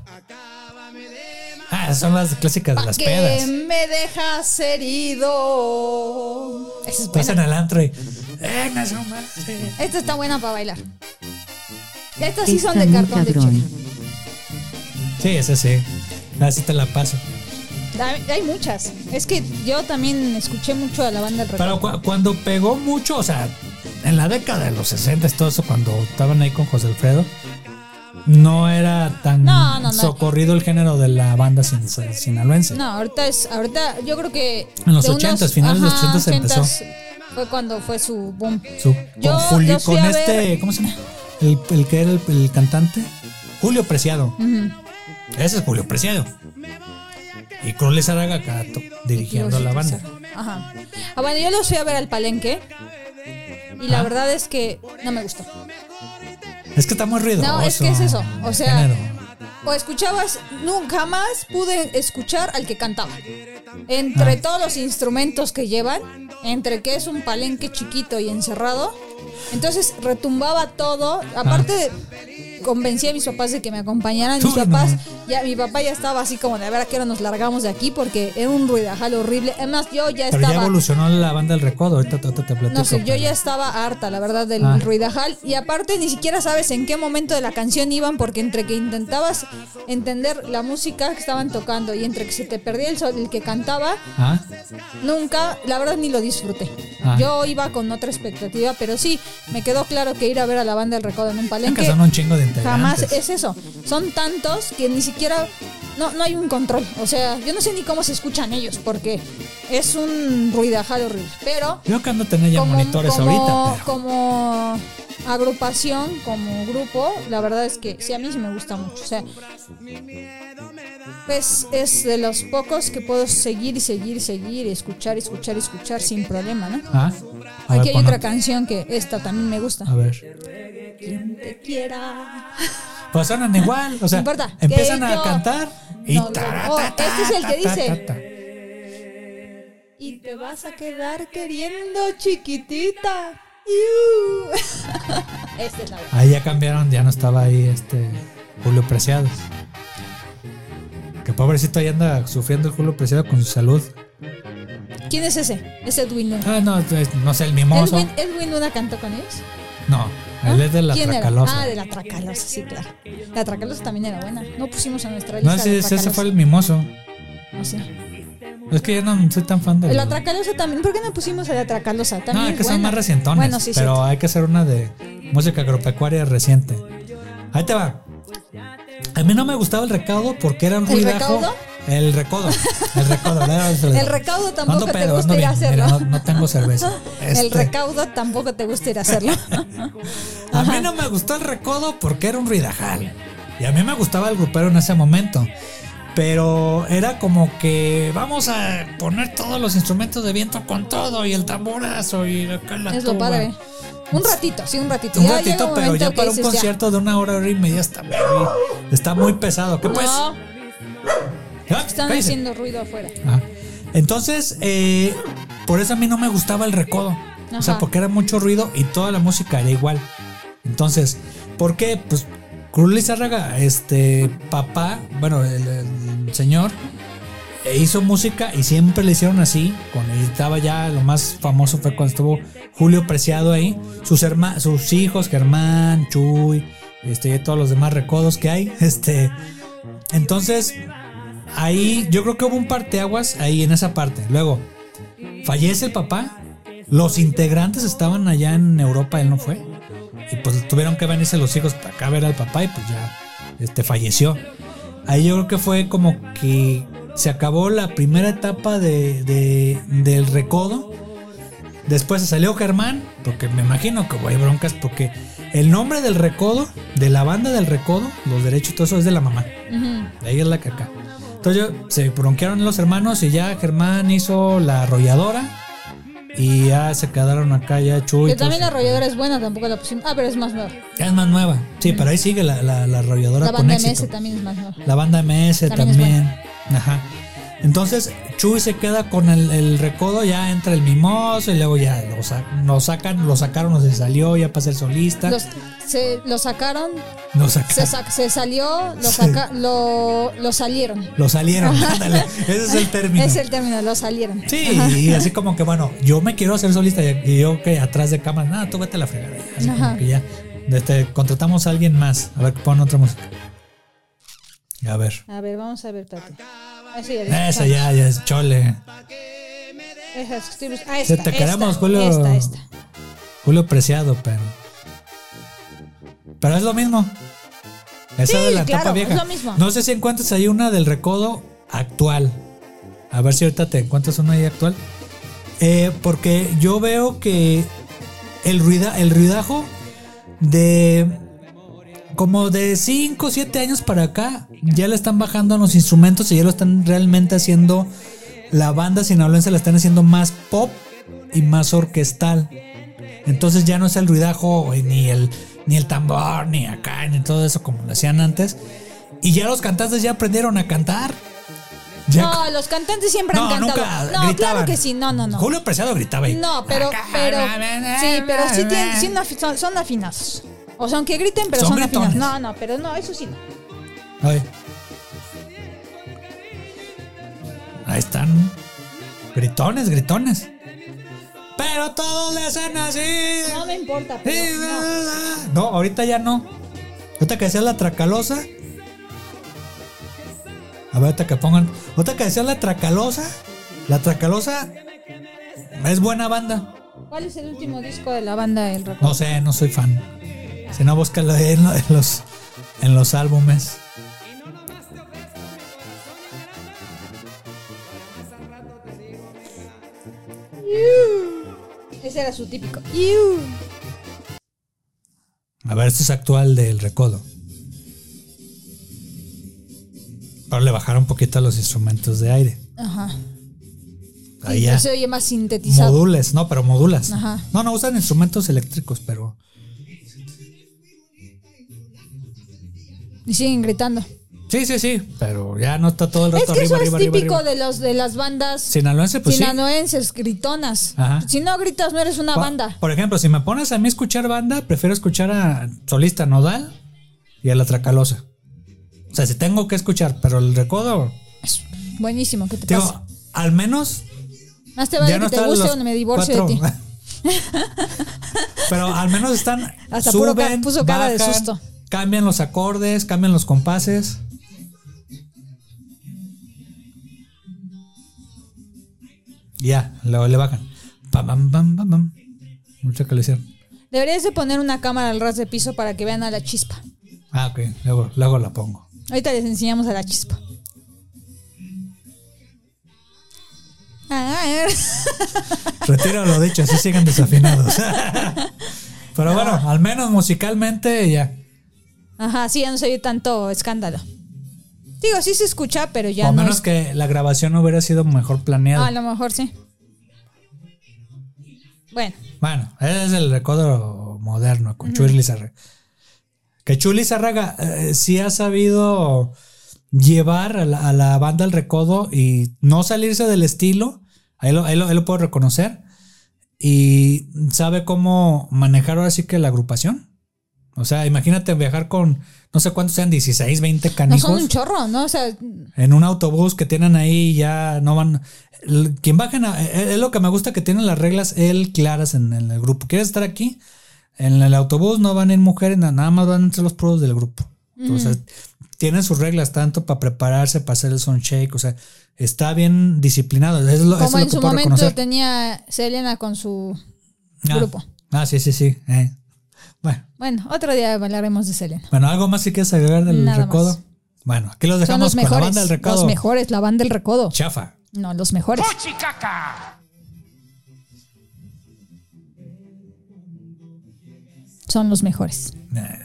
Son las clásicas de las Que pedas. me dejas herido. Esa es Estás en buena. el antro y Esta está buena para bailar. Estas sí son Está de muy cartón de cabrón. chela. sí, esa sí. Así te la paso. Hay muchas. Es que yo también escuché mucho a la banda del Recodo. Pero cuando pegó mucho, o sea, en la década de los 60 todo eso, cuando estaban ahí con José Alfredo, no era tan No. socorrido el género de la banda sinaloense. No, ahorita yo creo que En los de 80s, finales de los 80s empezó. 80s fue cuando fue su boom. Con Julio, los fui con a ver. ¿cómo se llama? El que era el cantante, Julio Preciado. Ese es Julio Preciado. Y Cruz Lizárraga acá dirigiendo la banda. Ajá. Bueno, yo los fui a ver al Palenque y la verdad es que no me gustó. Es que está muy ruidoso. No, es que es eso. O sea, género. o escuchabas, nunca más pude escuchar al que cantaba. Entre todos los instrumentos que llevan, entre que es un palenque chiquito y encerrado, entonces retumbaba todo. Aparte, convencí a mis papás de que me acompañaran. Mis Uy, papás, no. mi papá ya estaba así como de a ver a qué hora nos largamos de aquí porque era un ruidajal horrible. Además, yo ya Pero estaba. ya evolucionó la banda del Recodo. Ahorita te platico. No sé, yo pero- ya estaba harta, la verdad, del Ah. ruidajal. Y aparte, ni siquiera sabes en qué momento de la canción iban, porque entre que intentabas entender la música que estaban tocando y entre que se te perdía el que cantaba, Ah, nunca, la verdad, ni lo disfruté. Ah. Yo iba con otra expectativa, pero sí, me quedó claro que ir a ver a la banda del Recodo en un es palenque. que son un chingo de integrantes. Jamás es eso. Son tantos que ni siquiera. No hay un control. O sea, yo no sé ni cómo se escuchan ellos, porque es un ruidajal horrible. Pero. Yo que ando a tener ya monitores ahorita. Pero... Como agrupación, como grupo, la verdad es que sí, a mí sí me gusta mucho. O sea, pues es de los pocos que puedo seguir, escuchar sin problema, ¿no? Ah, a Aquí ver, hay otra pon- canción que esta también me gusta. A ver. Quien te quiera. Pues suenan igual. O sea, No importa, empiezan que a yo- cantar y No, este es el que dice. y te vas a quedar queriendo, chiquitita. ¡Iu! Esta es la verdad. Ahí ya cambiaron, ya no estaba ahí Julio Preciado. Que pobrecito ahí anda sufriendo el Julio Preciado con su salud. ¿Quién es ese? Es Edwin Luna. Ah, no sé, el mimoso. ¿Edwin Luna cantó con ellos? No, él es de la ¿Quién Tracalosa. era? Ah, de la Tracalosa, sí, claro. La Tracalosa también era buena. No pusimos a nuestra No, lista. sí, ese fue el mimoso. No sé. Es que yo no soy tan fan de La Tracalosa también. ¿Por qué no pusimos a la Tracalosa? También no, es que buena. son más recientones. Bueno, sí, pero sí. hay que hacer una de música agropecuaria reciente. Ahí te va. A mí no me gustaba el recaudo porque era un ¿El ruidajo. recaudo? El recodo. El recaudo tampoco te Ando gusta ir a bien, hacerlo. mira, no tengo cerveza. El recaudo tampoco te gusta ir a hacerlo. A mí no me gustó el recodo porque era un ruidajal. Y a mí me gustaba el grupero en ese momento. Pero era como que vamos a poner todos los instrumentos de viento con todo y el tamborazo y acá la Es lo tuba. padre. Un ratito, sí, un ratito. Un Ya ratito, llega un pero momento ya que para un dices, concierto de una hora y media está muy pesado. ¿Qué pues? No, Ah, están cállese. haciendo ruido afuera. Ah. Entonces, por eso a mí no me gustaba el recodo. O sea, Ajá. porque era mucho ruido y toda la música era igual. Entonces, ¿por qué? Pues Cruz Lizárraga, papá, bueno, el señor, hizo música y siempre le hicieron así. Cuando estaba ya, lo más famoso fue cuando estuvo Julio Preciado ahí. Sus hijos, Germán, Chuy, y todos los demás recodos que hay. Entonces, ahí yo creo que hubo un parteaguas ahí en esa parte. Luego, fallece el papá. Los integrantes estaban allá en Europa, él no fue. Y pues tuvieron que venirse los hijos para acá a ver al papá y pues ya falleció. Ahí yo creo que fue como que se acabó la primera etapa del recodo. Después se salió Germán, porque me imagino que hay broncas, porque el nombre del recodo, de la banda del recodo, los derechos y todo eso es de la mamá. De ahí es la caca. Entonces se bronquearon los hermanos y ya Germán hizo la arrolladora. Y ya se quedaron acá ya Chuy. Que también la arrolladora es buena, tampoco la pusimos. Ah, pero es más nueva. Ya es más nueva. Sí, pero ahí sigue la arrolladora La con banda éxito. MS también es más nueva. La banda MS También también. Ajá. Entonces Chuy se queda con el recodo, ya entra el mimoso y luego ya lo sacaron o se salió ya para ser solista. Lo sacaron, Lo sacaron. se salió, lo salieron. Lo salieron, ándale. Ese es el término. Es el término, lo salieron. Sí, y así como que bueno, yo me quiero hacer solista y yo que atrás de cámara, nada, tú vete a la fregada. Así como que ya contratamos a alguien más. A ver, pon otra música. A ver. A ver, vamos a ver, espérate. Esa ya es chole. Esta, te queremos, Julio. Esta. Julio Preciado, pero es lo mismo. Esa Sí, de la claro, tapa vieja. es lo mismo. No sé si encuentras ahí una del recodo actual. A ver si ahorita te encuentras una ahí actual. Porque yo veo que el ruidajo de como de 5 o 7 años para acá ya le están bajando a los instrumentos y ya lo están realmente haciendo. La banda sinaloense la están haciendo más pop y más orquestal. Entonces ya no es el ruidajo ni el tambor ni acá ni todo eso como lo hacían antes. Y ya los cantantes ya aprendieron a cantar. No, los cantantes siempre han cantado. Nunca No, gritaban. claro que sí, no. Julio Preciado gritaba ahí. No, pero sí tienen, son afinados. O sea, aunque griten, pero son afinados. No, pero no, eso sí no. Ay. Ahí están. Gritones. Pero todos le hacen así. No me importa, pero No, ahorita ya no. Ahorita que decía la Tracalosa. A ver, ahorita que pongan. Ahorita que decía la Tracalosa. La Tracalosa es buena banda. ¿Cuál es el último disco de la banda El Recodo? No sé, no soy fan. Si no, búscalo en los álbumes. Ese era su típico. A ver, este es actual del Recodo. Ahora le bajaron un poquito a los instrumentos de aire. Ajá. Ahí ya. Se oye más sintetizado. Modules, no, pero modulas. Ajá. No usan instrumentos eléctricos, pero. Y siguen gritando. Sí, pero ya no está todo el rato Es que arriba, eso es arriba, típico arriba. de las bandas Sinaloense, pues sinaloenses, gritonas. Ajá. Si no gritas, no eres una banda. Por ejemplo, si me pones a mí a escuchar banda, prefiero escuchar a solista Nodal y a la Tracalosa. O sea, si tengo que escuchar, pero el Recodo, Es buenísimo, ¿qué te digo, pasa? al menos Más te vale ya no que te están guste los o me divorcio de ti. Pero al menos están Hasta suben, puso cara de bajan, susto. cambian los acordes, cambian los compases. Ya, luego le bajan. Pam, pam, pam, pam, pam. Mucha que le hicieron. Deberías de poner una cámara al ras de piso para que vean a la chispa. Ah, ok, luego la pongo. Ahorita les enseñamos a la chispa. Retiro lo dicho, así siguen desafinados. Pero bueno, al menos musicalmente ya. Ajá, sí, ya no se oye tanto escándalo. Digo, sí se escucha, pero ya O no menos es... que la grabación hubiera sido mejor planeada. A lo mejor sí. Bueno, Ese es el Recodo moderno con Chuy Lizárraga. Que Chuy Lizárraga sí ha sabido llevar a la banda al Recodo y no salirse del estilo. Ahí lo puedo reconocer. Y sabe cómo manejar ahora sí que la agrupación. O sea, imagínate viajar con no sé cuántos sean, 16, 20 no canijos. son un chorro, ¿no? O sea, En un autobús que tienen ahí ya no van. Quien bajen es lo que me gusta, que tienen las reglas claras en el grupo. ¿Quieres estar aquí? En el autobús no van a ir mujeres, nada más van entre los puros del grupo. Entonces, tienen sus reglas tanto para prepararse, para hacer el soundcheck. O sea, está bien disciplinado. Eso es lo como que en su puedo momento reconocer. tenía Selena con su grupo. Sí. Bueno, otro día hablaremos de Selena. Bueno, ¿algo más si quieres agregar del Nada Recodo? más. Bueno, aquí los Son dejamos los con mejores. la banda del Recodo. Los mejores, la banda del Recodo. Chafa. No, los mejores. Son los mejores.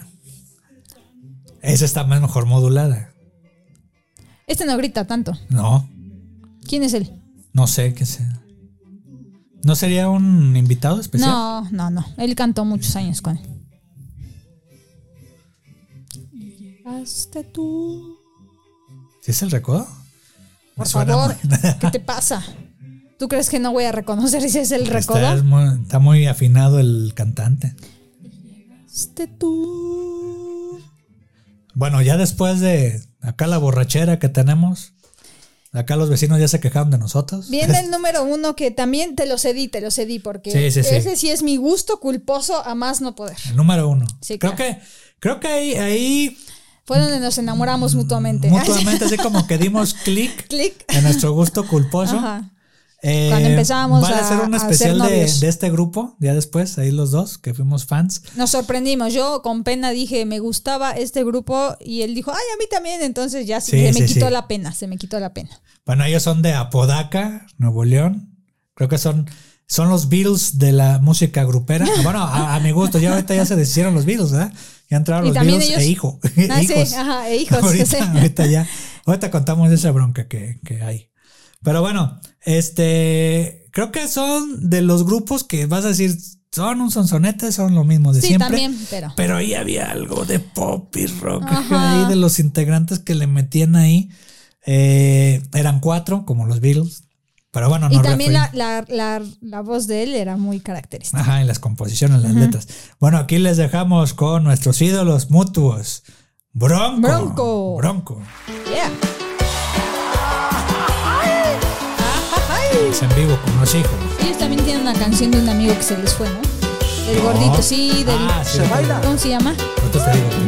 Esa está más mejor modulada. Este no grita tanto. No, ¿Quién es él? no sé qué sea. ¿No sería un invitado especial? No. Él cantó muchos años con él. Llegaste tú. ¿Sí es el Recodo? Me Por suena favor, muy- ¿qué te pasa? ¿Tú crees que no voy a reconocer si es el Recodo? Está muy afinado el cantante. Llegaste tú. Bueno, ya después de acá la borrachera que tenemos, acá los vecinos ya se quejaron de nosotros. Viene el número 1 que también te lo cedí porque Sí. ese sí es mi gusto culposo a más no poder. El número 1. Sí, creo que ahí Fue donde nos enamoramos mutuamente. mutuamente así como que dimos clic Clic. en nuestro gusto culposo. Ajá. Cuando empezábamos vale hacer un a especial ser novios. de este grupo, ya después, ahí los dos, que fuimos fans. Nos sorprendimos. Yo con pena dije, me gustaba este grupo y él dijo, ay, a mí también. Entonces ya se me quitó la pena. Bueno, ellos son de Apodaca, Nuevo León. Creo que son los Beatles de la música grupera. Bueno, a mi gusto, ya ahorita ya se deshicieron los Beatles, ¿verdad? Ya entraron Y los también Beatles ellos. hijos. Sí, ajá, e hijos. Sí. Ahorita contamos esa bronca que hay. Pero bueno, creo que son de los grupos que vas a decir, son un sonsonete, son lo mismo de Sí, siempre. también, pero ahí había algo de pop y rock. Ajá. Ahí de los integrantes que le metían ahí. Eran 4, como los Beatles. Pero bueno, y también la voz de él era muy característica. Ajá, en las composiciones, las letras. Bueno, aquí les dejamos con nuestros ídolos mutuos. Bronco. Yeah. Es en vivo con los hijos. Ellos también tienen una canción de un amigo que se les fue, ¿no? Del gordito, sí, del... Sí, ¿Cómo se llama? ahorita te digo.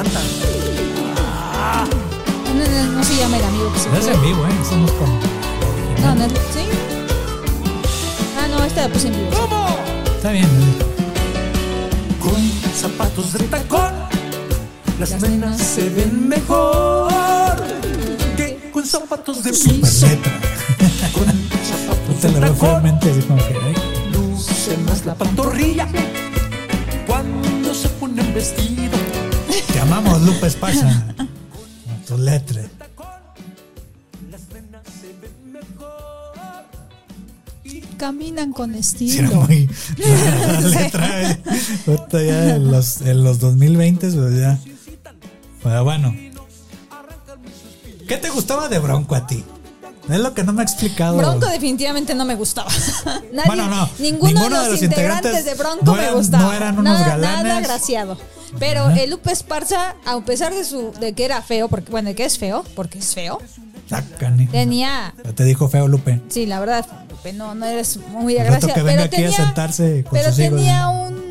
No se llama el amigo que se Es fue. en vivo, Estamos con. No, ¿sí? Ah, no, esta la puse en vivo. Está bien. Con zapatos de tacón, las nenas se ven mejor que con zapatos de Super piso. letra. Con No zapatos te de lo veo tacón, realmente así como que. luce más la pantorrilla cuando se ponen vestido. Te amamos, Lupe Esparza. Con tu letra. Las nenas se ven mejor. Caminan con Sí, era estilo. muy. La letra. Ahorita ya en los 2020, pues ya. Pero bueno. ¿Qué te gustaba de Bronco a ti? Es lo que no me ha explicado. Bronco definitivamente no me gustaba. Nadie, Bueno, no. Ninguno de los integrantes de Bronco me gustaba. No eran unos nada, galanes. Nada agraciado. Pero el Lupe Esparza, a pesar de que era feo, porque bueno, de que es feo, porque es feo, tenía... Te dijo feo, Lupe. Sí, la verdad, Lupe, no eres muy El rato agraciado. que venga Pero aquí a sentarse con pero sus hijos. tenía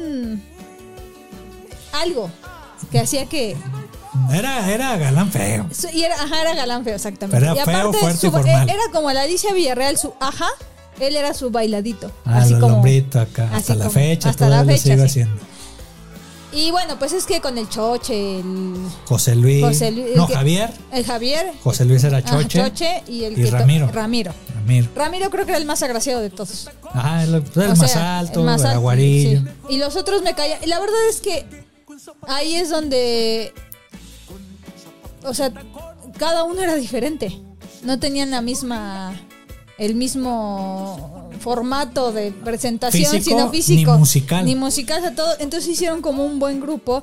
algo que hacía que... Era galán feo. Y era galán feo, exactamente. Pero era y feo, aparte, fuerte y formal. era como la Alicia Villarreal, él era su bailadito. Así el hombrito acá. Hasta la fecha, hasta la fecha, sigue sí. haciendo. Y bueno, pues es que con el Choche, José Luis. Javier. El Javier. José Luis era Choche. Y Ramiro. Ramiro creo que era el más agraciado de todos. El más alto, el aguarillo. Sí. Y los otros me caían. Y la verdad es que ahí es donde... O sea, cada uno era diferente. No tenían el mismo formato de presentación, sino físico. Ni musical, o sea, todo. Entonces hicieron como un buen grupo.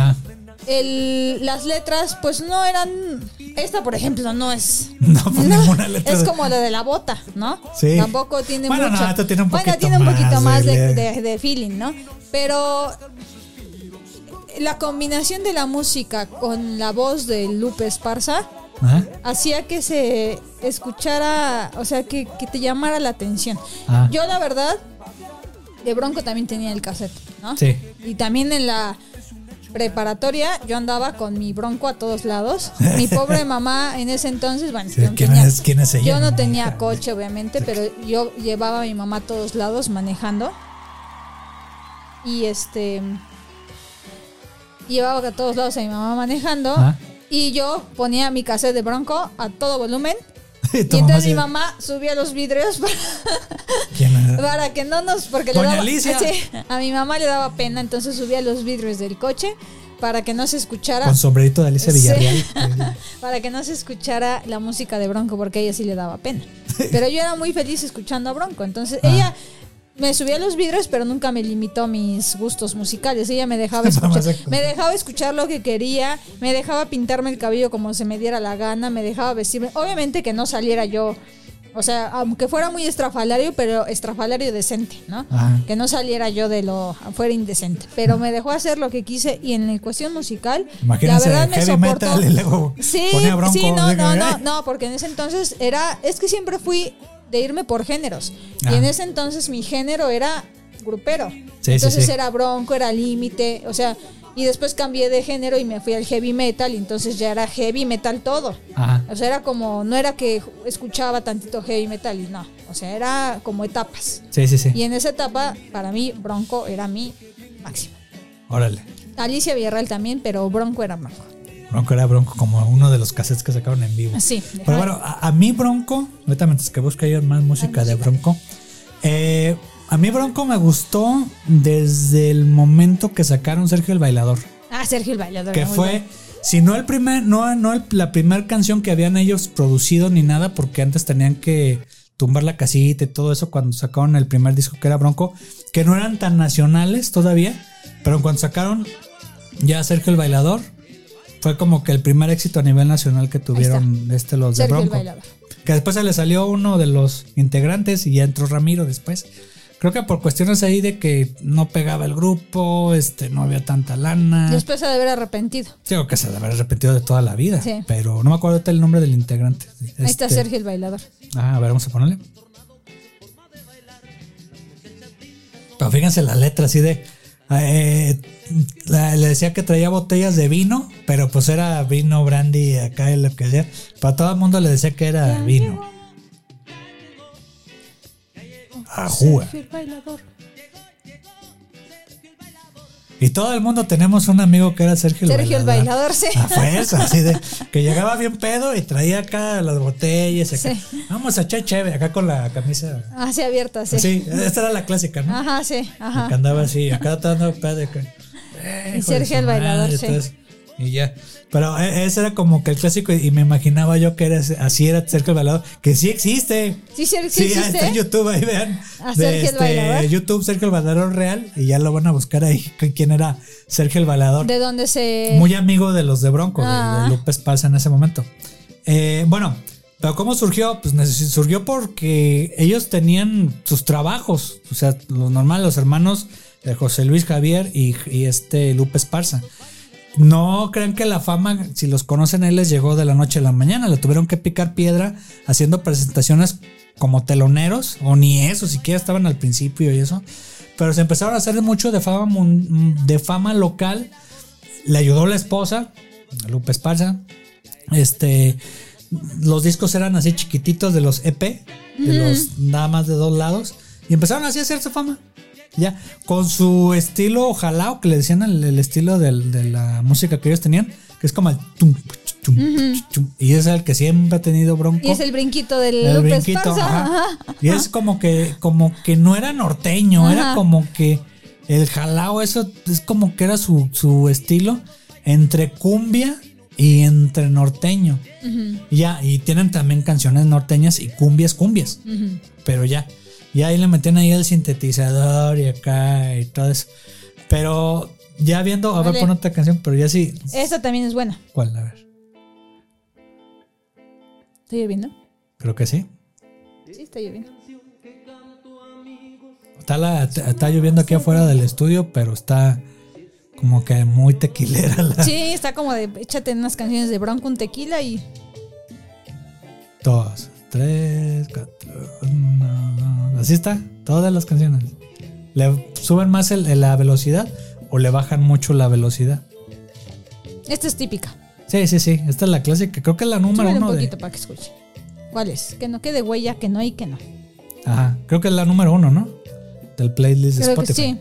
Las letras, pues no eran... Esta, por ejemplo, no es... ninguna letra. Es como la de La Bota, ¿no? Sí. Tampoco tiene mucho... No, esto tiene un poquito tiene un poquito más de de feeling, ¿no? Pero... La combinación de la música con la voz de Lupe Esparza hacía que se escuchara, o sea, que te llamara la atención. Yo, la verdad, de Bronco también tenía el cassette, ¿no? Sí. Y también en la preparatoria yo andaba con mi Bronco a todos lados. Mi pobre mamá en ese entonces, bueno, sí, ¿quién es ella? Yo no tenía coche, obviamente, pero yo llevaba a mi mamá a todos lados manejando. Y llevaba a todos lados a mi mamá manejando y yo ponía mi cassette de Bronco a todo volumen y entonces mi mamá subía los vidrios para que no nos... Porque Doña Alicia. A mi mamá le daba pena, entonces subía los vidrios del coche para que no se escuchara... Con sombrerito de Alicia Villarreal. Para que no se escuchara la música de Bronco, porque a ella sí le daba pena. Pero yo era muy feliz escuchando a Bronco, entonces ella... Me subía a los vidrios, pero nunca me limitó mis gustos musicales. Ella me dejaba escuchar lo que quería, me dejaba pintarme el cabello como se me diera la gana, me dejaba vestirme. Obviamente que no saliera yo, o sea, aunque fuera muy estrafalario, pero estrafalario decente, ¿no? Que no saliera yo de lo fuera indecente. Pero me dejó hacer lo que quise y en cuestión musical, imagínense, la verdad me soportó. Metal y luego ponía Bronco, no, porque en ese entonces es que siempre fui de irme por géneros. Y en ese entonces mi género era grupero. Entonces era Bronco, era Límite, o sea, y después cambié de género y me fui al heavy metal y entonces ya era heavy metal todo. O sea, era como, no era que escuchaba tantito heavy metal y no, o sea, era como etapas. Y en esa etapa, para mí, Bronco era mi máximo. Órale. Alicia Villarreal también, pero Bronco era Bronco. Bronco era Bronco, como uno de los cassettes que sacaron en vivo. Sí. Pero bueno, a mí Bronco, ahorita mientras que busco yo más música de Bronco, a mí Bronco me gustó desde el momento que sacaron Sergio el Bailador. Sergio el Bailador. Que fue, si no la primera canción que habían ellos producido ni nada, porque antes tenían que tumbar la casita y todo eso cuando sacaron el primer disco que era Bronco, que no eran tan nacionales todavía, pero cuando sacaron ya Sergio el Bailador, fue como que el primer éxito a nivel nacional que tuvieron los Sergio de Bronco. Que después se le salió uno de los integrantes y ya entró Ramiro después. Creo que por cuestiones ahí de que no pegaba el grupo, no había tanta lana. Después se debe haber arrepentido. Sí, o que se debe haber arrepentido de toda la vida. Sí. Pero no me acuerdo el nombre del integrante. Ahí está Sergio el Bailador. A ver, vamos a ponerle. Pero fíjense la letra así de... le decía que traía botellas de vino, pero pues era vino, brandy, acá lo que sea. Para todo el mundo le decía que era vino. Ajúa. Y todo el mundo tenemos un amigo que era Sergio el Bailador, sí. A fuerza, así de que llegaba bien pedo y traía acá las botellas. Acá. Sí. Vamos a echar chévere, acá con la camisa. Así abierta, sí. Sí, esta era la clásica, ¿no? Ajá, sí. Ajá. Que andaba así, acá dando pedo. Y Sergio el Bailador, sí. Y ya. Pero ese era como que el clásico y me imaginaba yo que así era Sergio el Bailador, que sí existe. Sí existe. Está en YouTube, ahí vean. Sergio el Bailador. YouTube, Sergio el Bailador real, y ya lo van a buscar ahí quién era Sergio el Bailador. ¿De dónde Muy amigo de los de Bronco, de Lupe Esparza en ese momento. Bueno, pero ¿cómo surgió? Pues surgió porque ellos tenían sus trabajos. O sea, lo normal, los hermanos de José Luis Javier y Lupe Esparza. No crean que la fama, si los conocen, él les llegó de la noche a la mañana. Le tuvieron que picar piedra haciendo presentaciones como teloneros, o ni eso, siquiera estaban al principio y eso. Pero se empezaron a hacer mucho de fama local. Le ayudó la esposa, Lupe Esparza. Los discos eran así chiquititos de los EP, de los nada más de 2 lados, y empezaron así a hacerse fama. Ya, con su estilo jalao, que le decían el estilo de la música que ellos tenían, que es como el tum, tum, tum, y es el que siempre ha tenido Bronco. Y es el brinquito del Lupe Esparza. Ajá. Y es como que no era norteño, era como que el jalao, eso es como que era su estilo entre cumbia y entre norteño. Ya, y tienen también canciones norteñas y cumbias. Pero ya ahí le metían ahí el sintetizador y acá y todo eso. Pero ya viendo, a ver, pon otra canción, pero ya sí. Esta también es buena. ¿Cuál? A ver. ¿Está lloviendo? Creo que sí. Sí, está lloviendo. Está lloviendo aquí afuera del estudio, pero está como que muy tequilera. Sí, está como de échate unas canciones de Bronco, un tequila y... 2, 3, 4, 1, 2. Así está, todas las canciones. ¿Le suben más la velocidad o le bajan mucho la velocidad? Esta es típica. Sí. Esta es la clásica. Creo que es la número Súbele 1 un poquito para que escuche. ¿Cuál es? Que no quede huella, que no y que no. Ajá, creo que es la número 1, ¿no? Del playlist de Spotify. Que sí.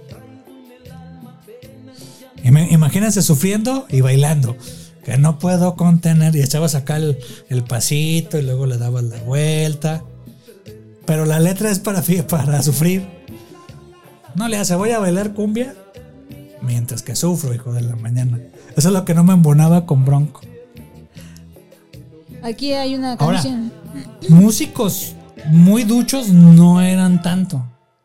Imagínense sufriendo y bailando. Que no puedo contener. Y echabas acá el pasito y luego le dabas la vuelta. Pero la letra es para sufrir. No le hace, voy a bailar cumbia mientras que sufro, hijo de la mañana. Eso es lo que no me embonaba con Bronco. Aquí hay una canción. Ahora, músicos muy duchos no eran tanto.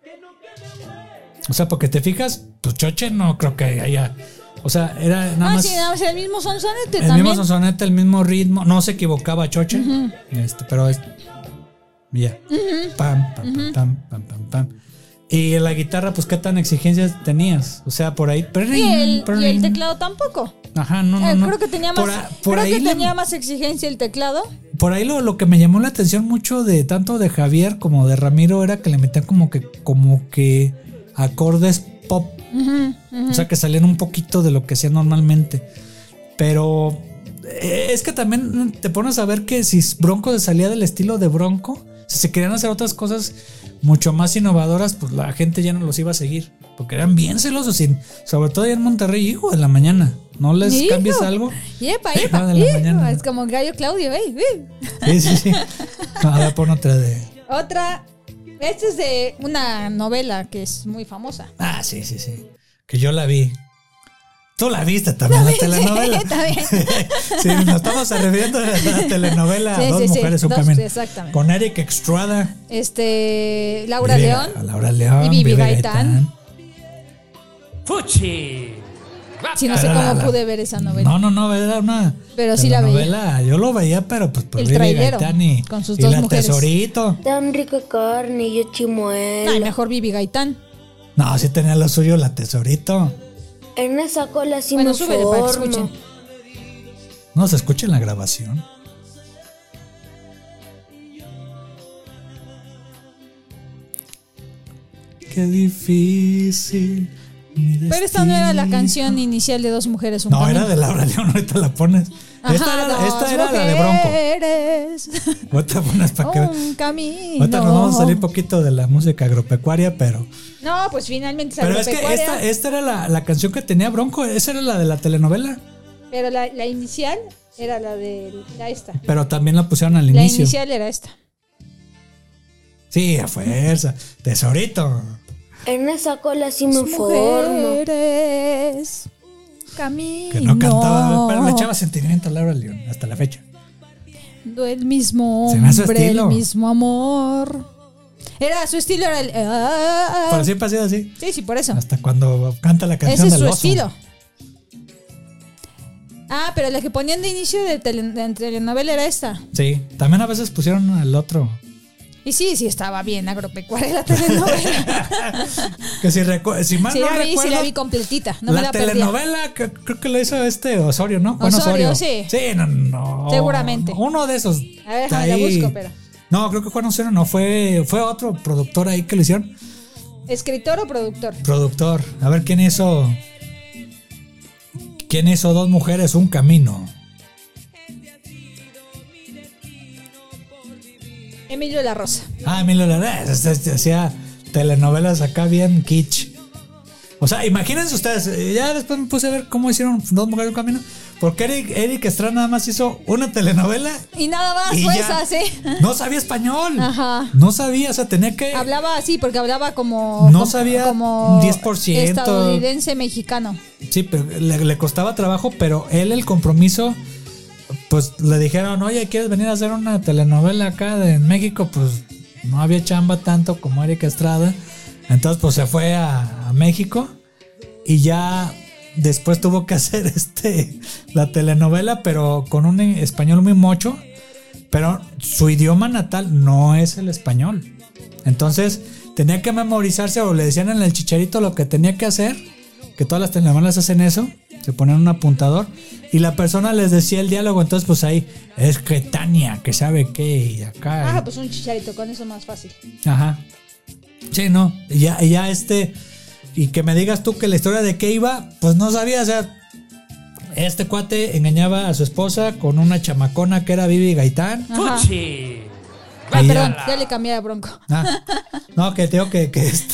O sea, porque te fijas, pues Choche no creo que haya... O sea, era nada más... Sí, nada más el mismo sonsonete el también. El mismo sonsonete, el mismo ritmo. No se equivocaba Choche. Pero es... Ya. Pam, pam, pam, pam, pam, pam. Y en la guitarra, pues, ¿qué tan exigencias tenías? O sea, por ahí... Y el teclado tampoco. Ajá, no. Creo que tenía más... tenía más exigencia el teclado. Por ahí lo que me llamó la atención mucho de tanto de Javier como de Ramiro era que le metían como que acordes pop. O sea, que salían un poquito de lo que hacían normalmente. Pero es que también te pones a ver que si Bronco se salía del estilo de Bronco, si se querían hacer otras cosas mucho más innovadoras, pues la gente ya no los iba a seguir. Porque eran bien celosos, sobre todo allá en Monterrey, hijo de la mañana. No les cambies algo. Yepa. Es como Gallo Claudio, Sí. A ver, pon otra de... Otra... Esta es de una novela que es muy famosa. Ah, sí. Que yo la vi. Tú la viste también, la telenovela. Sí, también. Sí, nos estamos refiriendo a la telenovela Dos Mujeres, un Camino. Exactamente. Con Eric Estrada. Laura León. Y Vivi Gaitán. ¡Fuchi! Sí, no sé cómo pude ver esa novela. No, era una... Pero sí la veía. Yo lo veía, pero pues por el Vivi trailero, Gaitán y, con sus y dos la mujeres. Tesorito. Tan rico carne y yo chimuelo. Ay, mejor Vivi Gaitán. No, sí tenía lo suyo la Tesorito. En esa cola sí bueno, me súbele para que escuchen. No se escucha en la grabación. Qué difícil. Pero esta no era la canción inicial de Dos Mujeres, un Camino. No, era de Laura León, ahorita la pones. Esta era la de Bronco. Ahorita pones para que... Un camino. Ahorita nos vamos a salir un poquito de la música agropecuaria, pero... No, pues finalmente es pero agropecuaria. es que esta era la canción que tenía Bronco. Esa era la de la telenovela. Pero la inicial era la de esta. Pero también la pusieron al inicio. La inicial era esta. Sí, a fuerza. Tesorito. En esa cola sí me formo. Mujeres, camino. Que no cantaba, pero le echaba sentimiento a Laura León hasta la fecha. El mismo hombre, el mismo amor. Era su estilo, era el... Pero siempre ha sido así. Sí, por eso. Hasta cuando canta la canción ese es del su oso. estilo. Ah, pero la que ponían de inicio de telenovela era esta. Sí, también a veces pusieron el otro. Y sí estaba bien agropecuaria la telenovela. Que si mal Sí, no sí recuerdo, la vi completita, no me la perdí. telenovela creo que lo hizo Osorio, ¿no? Juan Osorio, sí. Sí, no. Seguramente. Uno de esos. A ver, déjame la busco, pero. No, creo que Juan Osorio no, fue otro productor ahí que lo hicieron. ¿Escritor o productor? Productor. A ver, ¿quién hizo Dos mujeres, un camino? Emilio La Rosa. Emilio La Rosa. Hacía telenovelas acá bien kitsch. O sea, imagínense ustedes, ya después me puse a ver cómo hicieron Dos mujeres, un camino. Porque Eric Estrada nada más hizo una telenovela. Y nada más y fue ya esa, sí. No sabía español. Ajá. No sabía, o sea, tenía que... Hablaba así, porque hablaba como... No sabía como 10%. estadounidense mexicano. Sí, pero le costaba trabajo, pero él el compromiso, pues le dijeron, oye, ¿quieres venir a hacer una telenovela acá en México? Pues no había chamba tanto como Eric Estrada. Entonces pues se fue a México y ya después tuvo que hacer la telenovela, pero con un español muy mocho. Pero su idioma natal no es el español. Entonces tenía que memorizarse, o le decían en el Chicharito lo que tenía que hacer, que todas las telenovelas hacen eso, se ponen un apuntador y la persona les decía el diálogo. Entonces pues ahí es que Tania, que sabe qué, y acá. Pues un Chicharito, con eso más fácil. Ajá. Sí, no, y que me digas tú que la historia de qué iba, pues no sabía. O sea, este cuate engañaba a su esposa con una chamacona que era Vivi Gaitán. ¡Fuchi! Perdón, ya le cambié a Bronco. No, que te digo que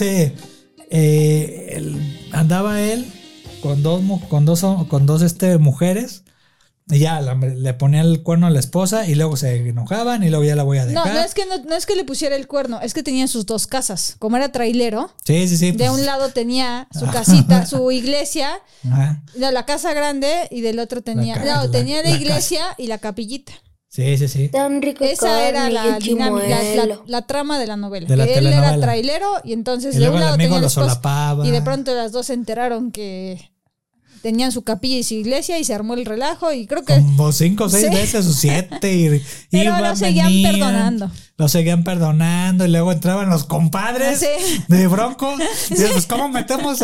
andaba él con dos mujeres. Y ya le ponía el cuerno a la esposa y luego se enojaban y luego ya la voy a dejar. No es que le pusiera el cuerno, es que tenía sus dos casas. Como era trailero, sí, de pues, un lado tenía su casita, su iglesia, ajá. La casa grande, y del otro tenía la iglesia y la capillita. Sí. Tan rico. Esa era la dinámica, la trama de la novela. Que él era trailero y entonces y de un lado tenía lo solapaba. Y de pronto las dos se enteraron que tenían su capilla y su iglesia y se armó el relajo y creo que... Como 5 o 6 veces o 7 pero lo seguían perdonando. Lo seguían perdonando y luego entraban los compadres de Bronco. Y pues ¿cómo metemos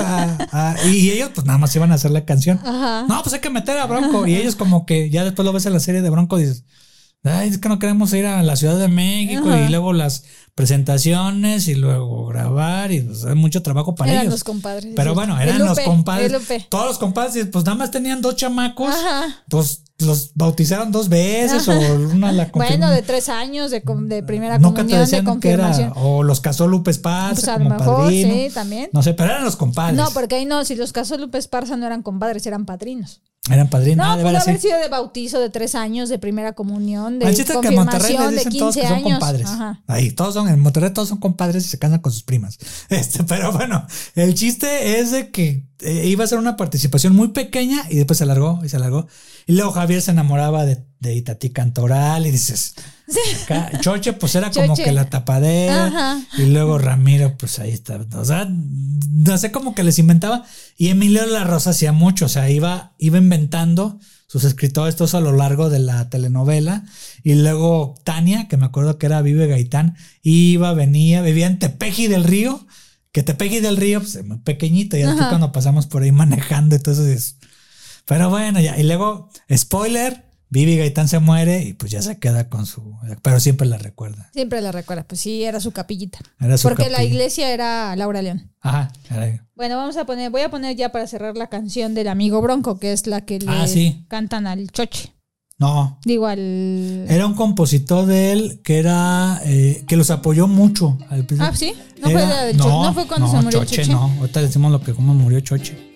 y ellos pues nada más iban a hacer la canción. Ajá. No, pues hay que meter a Bronco. Y ellos como que ya después lo ves en la serie de Bronco y dices, ay, es que no queremos ir a la Ciudad de México. Ajá. Y luego las presentaciones y luego grabar y pues hay mucho trabajo para eran ellos. Los compadres. Pero bueno, eran los compadres. Todos los compadres, pues nada más tenían 2 chamacos. Ajá. Pues los bautizaron 2 veces. Ajá. O una la bueno, de 3 años de primera nunca comunión, te decían de confirmación. Que era, o los casó Lupe Esparza, pues a como lo mejor, padrino. sí, también. No sé, pero eran los compadres. No, porque ahí no, si los casó Lupe Esparza no eran compadres, eran padrinos. Eran padrinos. No, pudo haber sido de bautizo, de 3 años, de primera comunión, de confirmación, que en Monterrey les dicen de 15 todos que son años. Compadres. Ajá. Ahí, en Monterrey todos son compadres y se casan con sus primas. Pero bueno, el chiste es de que iba a ser una participación muy pequeña y después se alargó. Y luego Javier se enamoraba de Itatí Cantoral y dices, sí. Choche pues era como que la tapadera. Ajá. Y luego Ramiro pues ahí está. O sea, no sé, como que les inventaba. Y Emilio La Rosa hacía mucho, o sea, iba inventando sus escritores todos a lo largo de la telenovela. Y luego Tania, que me acuerdo que era Vive Gaitán, venía, vivía en Tepeji del Río. Que Tepeji del Río, pues es muy pequeñito. Ya después cuando pasamos por ahí manejando y todo eso es... Pero bueno, ya. Y luego, spoiler, Vivi Gaitán se muere y pues ya se queda con su... Pero siempre la recuerda. Pues sí, era su capillita. Porque la iglesia era Laura León. Ajá. Bueno, voy a poner ya para cerrar la canción del amigo Bronco, que es la que le cantan al Choche. No. Digo, Era un compositor de él que era... que los apoyó mucho. ¿Sí? ¿No fue cuando se murió Choche? No, ahorita decimos cómo murió Choche.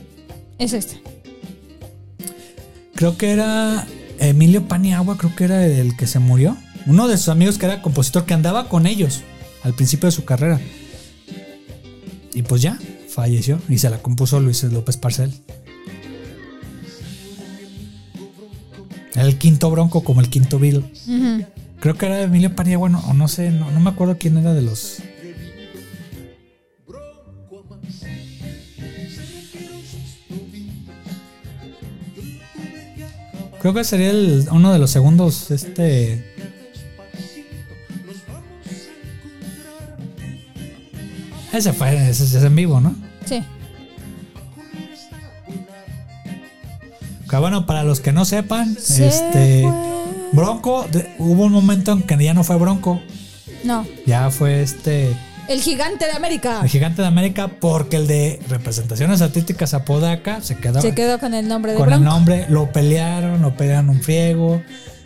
Es este. Creo que era Emilio Paniagua, creo que era el que se murió. Uno de sus amigos que era compositor, que andaba con ellos al principio de su carrera. Y pues ya, falleció y se la compuso Luis López Parcel. Era el quinto Bronco, como el quinto Bill. Uh-huh. Creo que era Emilio Paniagua, no sé, no me acuerdo quién era de los... Creo que sería uno de los segundos, Ese es en vivo, ¿no? Sí. Que bueno, para los que no sepan, Se Bronco, hubo un momento en que ya no fue Bronco. No. Ya fue El Gigante de América. El Gigante de América, porque el de Representaciones Artísticas Apodaca se quedó con el nombre de con Bronco. el nombre, lo pelearon un friego.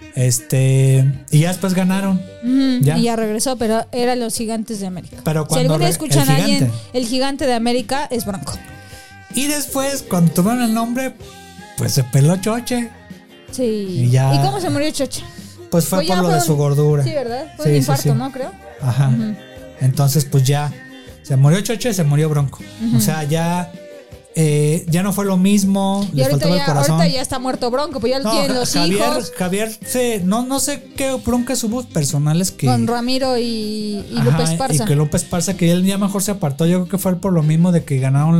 Y ya después ganaron. Y ya regresó, pero eran los Gigantes de América. Pero si cuando algún día escuchan a alguien, Gigante. el Gigante de América es Bronco. Y después, cuando tuvieron el nombre, pues se peló Choche. Sí. ¿Y cómo se murió Choche? Pues fue por lo de su gordura. Sí, ¿verdad? Fue un infarto, ¿no? Creo. Ajá. Entonces, pues ya se murió Choche, se murió Bronco. O sea, ya no fue lo mismo. Y Les faltaba el corazón. ahorita ya está muerto Bronco, pues ya lo tienen los hijos. Javier, no sé qué broncas hubo personales que. Con Ramiro y Lupe Esparza. Y que Lupe Esparza, que él ya mejor se apartó. Yo creo que fue por lo mismo de que ganaron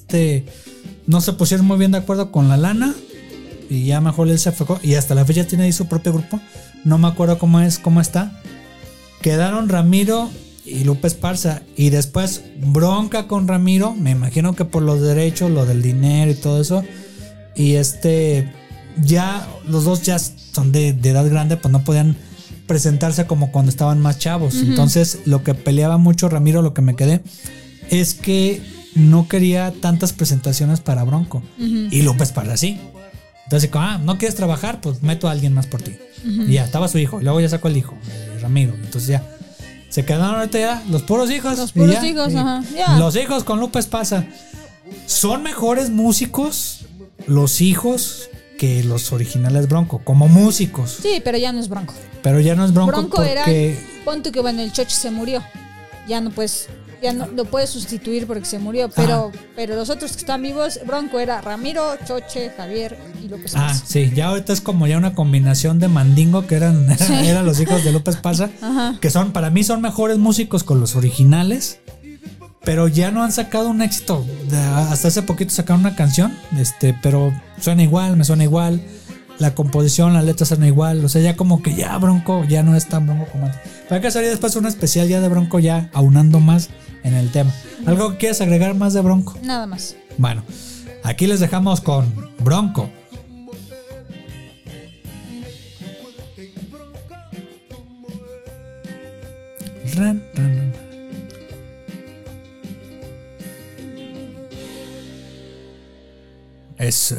no se pusieron muy bien de acuerdo con la lana. Y ya mejor él se fue. Y hasta la fecha tiene ahí su propio grupo. No me acuerdo cómo está. Quedaron Ramiro y Lupe Esparza. Y después bronca con Ramiro. Me imagino que por los derechos, lo del dinero y todo eso. Y ya los dos ya son de edad grande, pues no podían presentarse como cuando estaban más chavos. Entonces lo que peleaba mucho Ramiro, lo que me quedé, es que no quería tantas presentaciones para Bronco. Y Lupe Esparza sí. Entonces, no quieres trabajar, pues meto a alguien más por ti. Y ya, estaba su hijo. Luego ya sacó el hijo, Ramiro. Entonces ya, se quedaron ahorita ya los puros hijos. Los puros hijos, ajá. Ya. Los hijos con Lupe Esparza. Son mejores músicos los hijos que los originales Bronco, como músicos. Sí, pero ya no es Bronco. Pero ya no es Bronco, Bronco porque... Pon tú que bueno, el Choche se murió. Ya no lo puedes sustituir porque se murió. Pero los otros que están vivos, Bronco era Ramiro, Choche, Javier y Lupe Esparza. Sí, ya ahorita es como ya una combinación de mandingo que eran los hijos de Lupe Esparza. Que para mí son mejores músicos con los originales. Pero ya no han sacado un éxito. Hasta hace poquito sacaron una canción. Pero suena igual, me suena igual. La composición, las letras suenan igual. O sea, ya como que ya Bronco ya no es tan Bronco como antes. Para que salga después una especial ya de Bronco, ya aunando más en el tema. ¿Algo que quieras agregar más de Bronco? Nada más. Bueno, aquí les dejamos con Bronco. Ran, ran, ran. Es...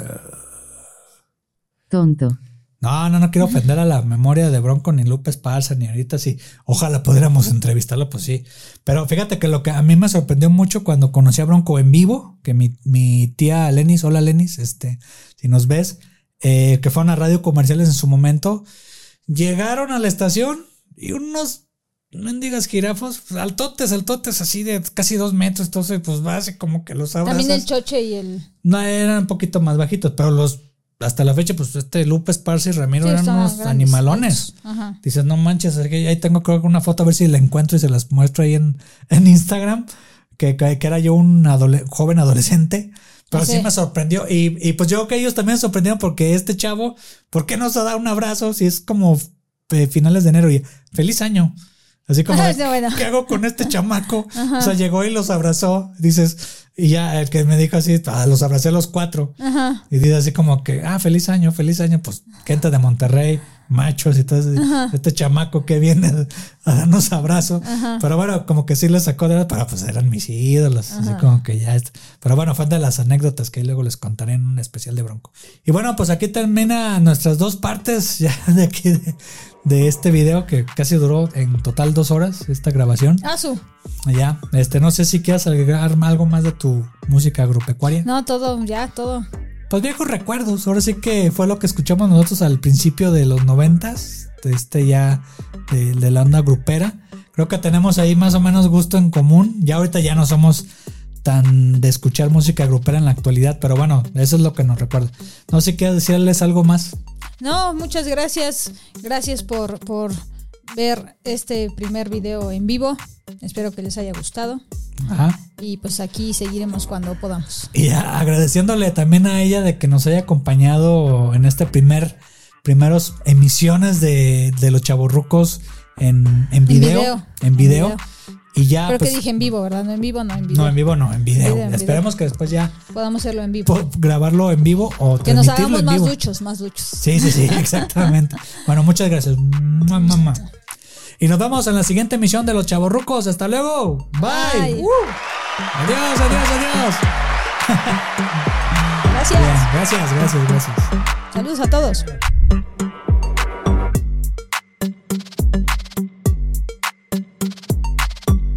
Tonto. No quiero ofender a la memoria de Bronco ni Lupe Esparza ni ahorita sí. Ojalá pudiéramos entrevistarlo, pues sí. Pero fíjate que lo que a mí me sorprendió mucho cuando conocí a Bronco en vivo, que mi tía Lenis, hola Lenis, si nos ves, que fueron a radio comerciales en su momento, llegaron a la estación y unos mendigas jirafos, altotes así de casi 2 metros, entonces pues va así como que los abrazas. También el Choche y el... No, eran un poquito más bajitos, pero hasta la fecha, pues Lupe Esparza y Ramiro eran unos grandes, animalones. Ajá. Dices, no manches, ahí tengo creo que una foto a ver si la encuentro y se las muestro ahí en Instagram, que era yo un joven adolescente, pero sí me sorprendió. Y pues yo creo que ellos también me sorprendieron porque chavo, ¿por qué no se da un abrazo si es como finales de enero y feliz año? Así como, bueno. ¿Qué hago con este chamaco? Ajá. O sea, llegó y los abrazó, dices, y ya el que me dijo así, los abracé a los 4. Ajá. Y dice así como que, feliz año, pues gente de Monterrey, machos y todo eso. Este chamaco que viene a darnos abrazos. Ajá. Pero bueno, como que sí les sacó de pero pues eran mis ídolos. Ajá. Así como que ya. Pero bueno, fue de las anécdotas que luego les contaré en un especial de Bronco. Y bueno, pues aquí termina nuestras 2 partes ya de aquí de este video que casi duró en total 2 horas esta grabación. Ya, no sé si quieras agregar algo más de tu música agropecuaria. No, todo. Pues viejos recuerdos, ahora sí que fue lo que escuchamos nosotros al principio de los 90s, ya de la onda grupera. Creo que tenemos ahí más o menos gusto en común. Ya ahorita ya no somos tan de escuchar música grupera en la actualidad, pero bueno, eso es lo que nos recuerda. No sé si quieres decirles algo más. No, muchas gracias. Gracias por ver este primer video en vivo. Espero que les haya gustado. Ajá. Y pues aquí seguiremos cuando podamos. Y agradeciéndole también a ella de que nos haya acompañado en este primer primeros emisiones de los chavorrucos en video. Y ya. Creo pues, que dije en vivo, ¿verdad? No en vivo, no en video. No, en vivo no, en video. En Esperemos que después ya podamos hacerlo en vivo. Grabarlo en vivo o que nos transmitirlo hagamos en más vivo. más duchos. Sí, exactamente. Bueno, muchas gracias. Mamá. Y nos vemos en la siguiente emisión de Los Chavorrucos. Hasta luego. Bye. Adiós. Gracias. Bien, gracias. Saludos a todos.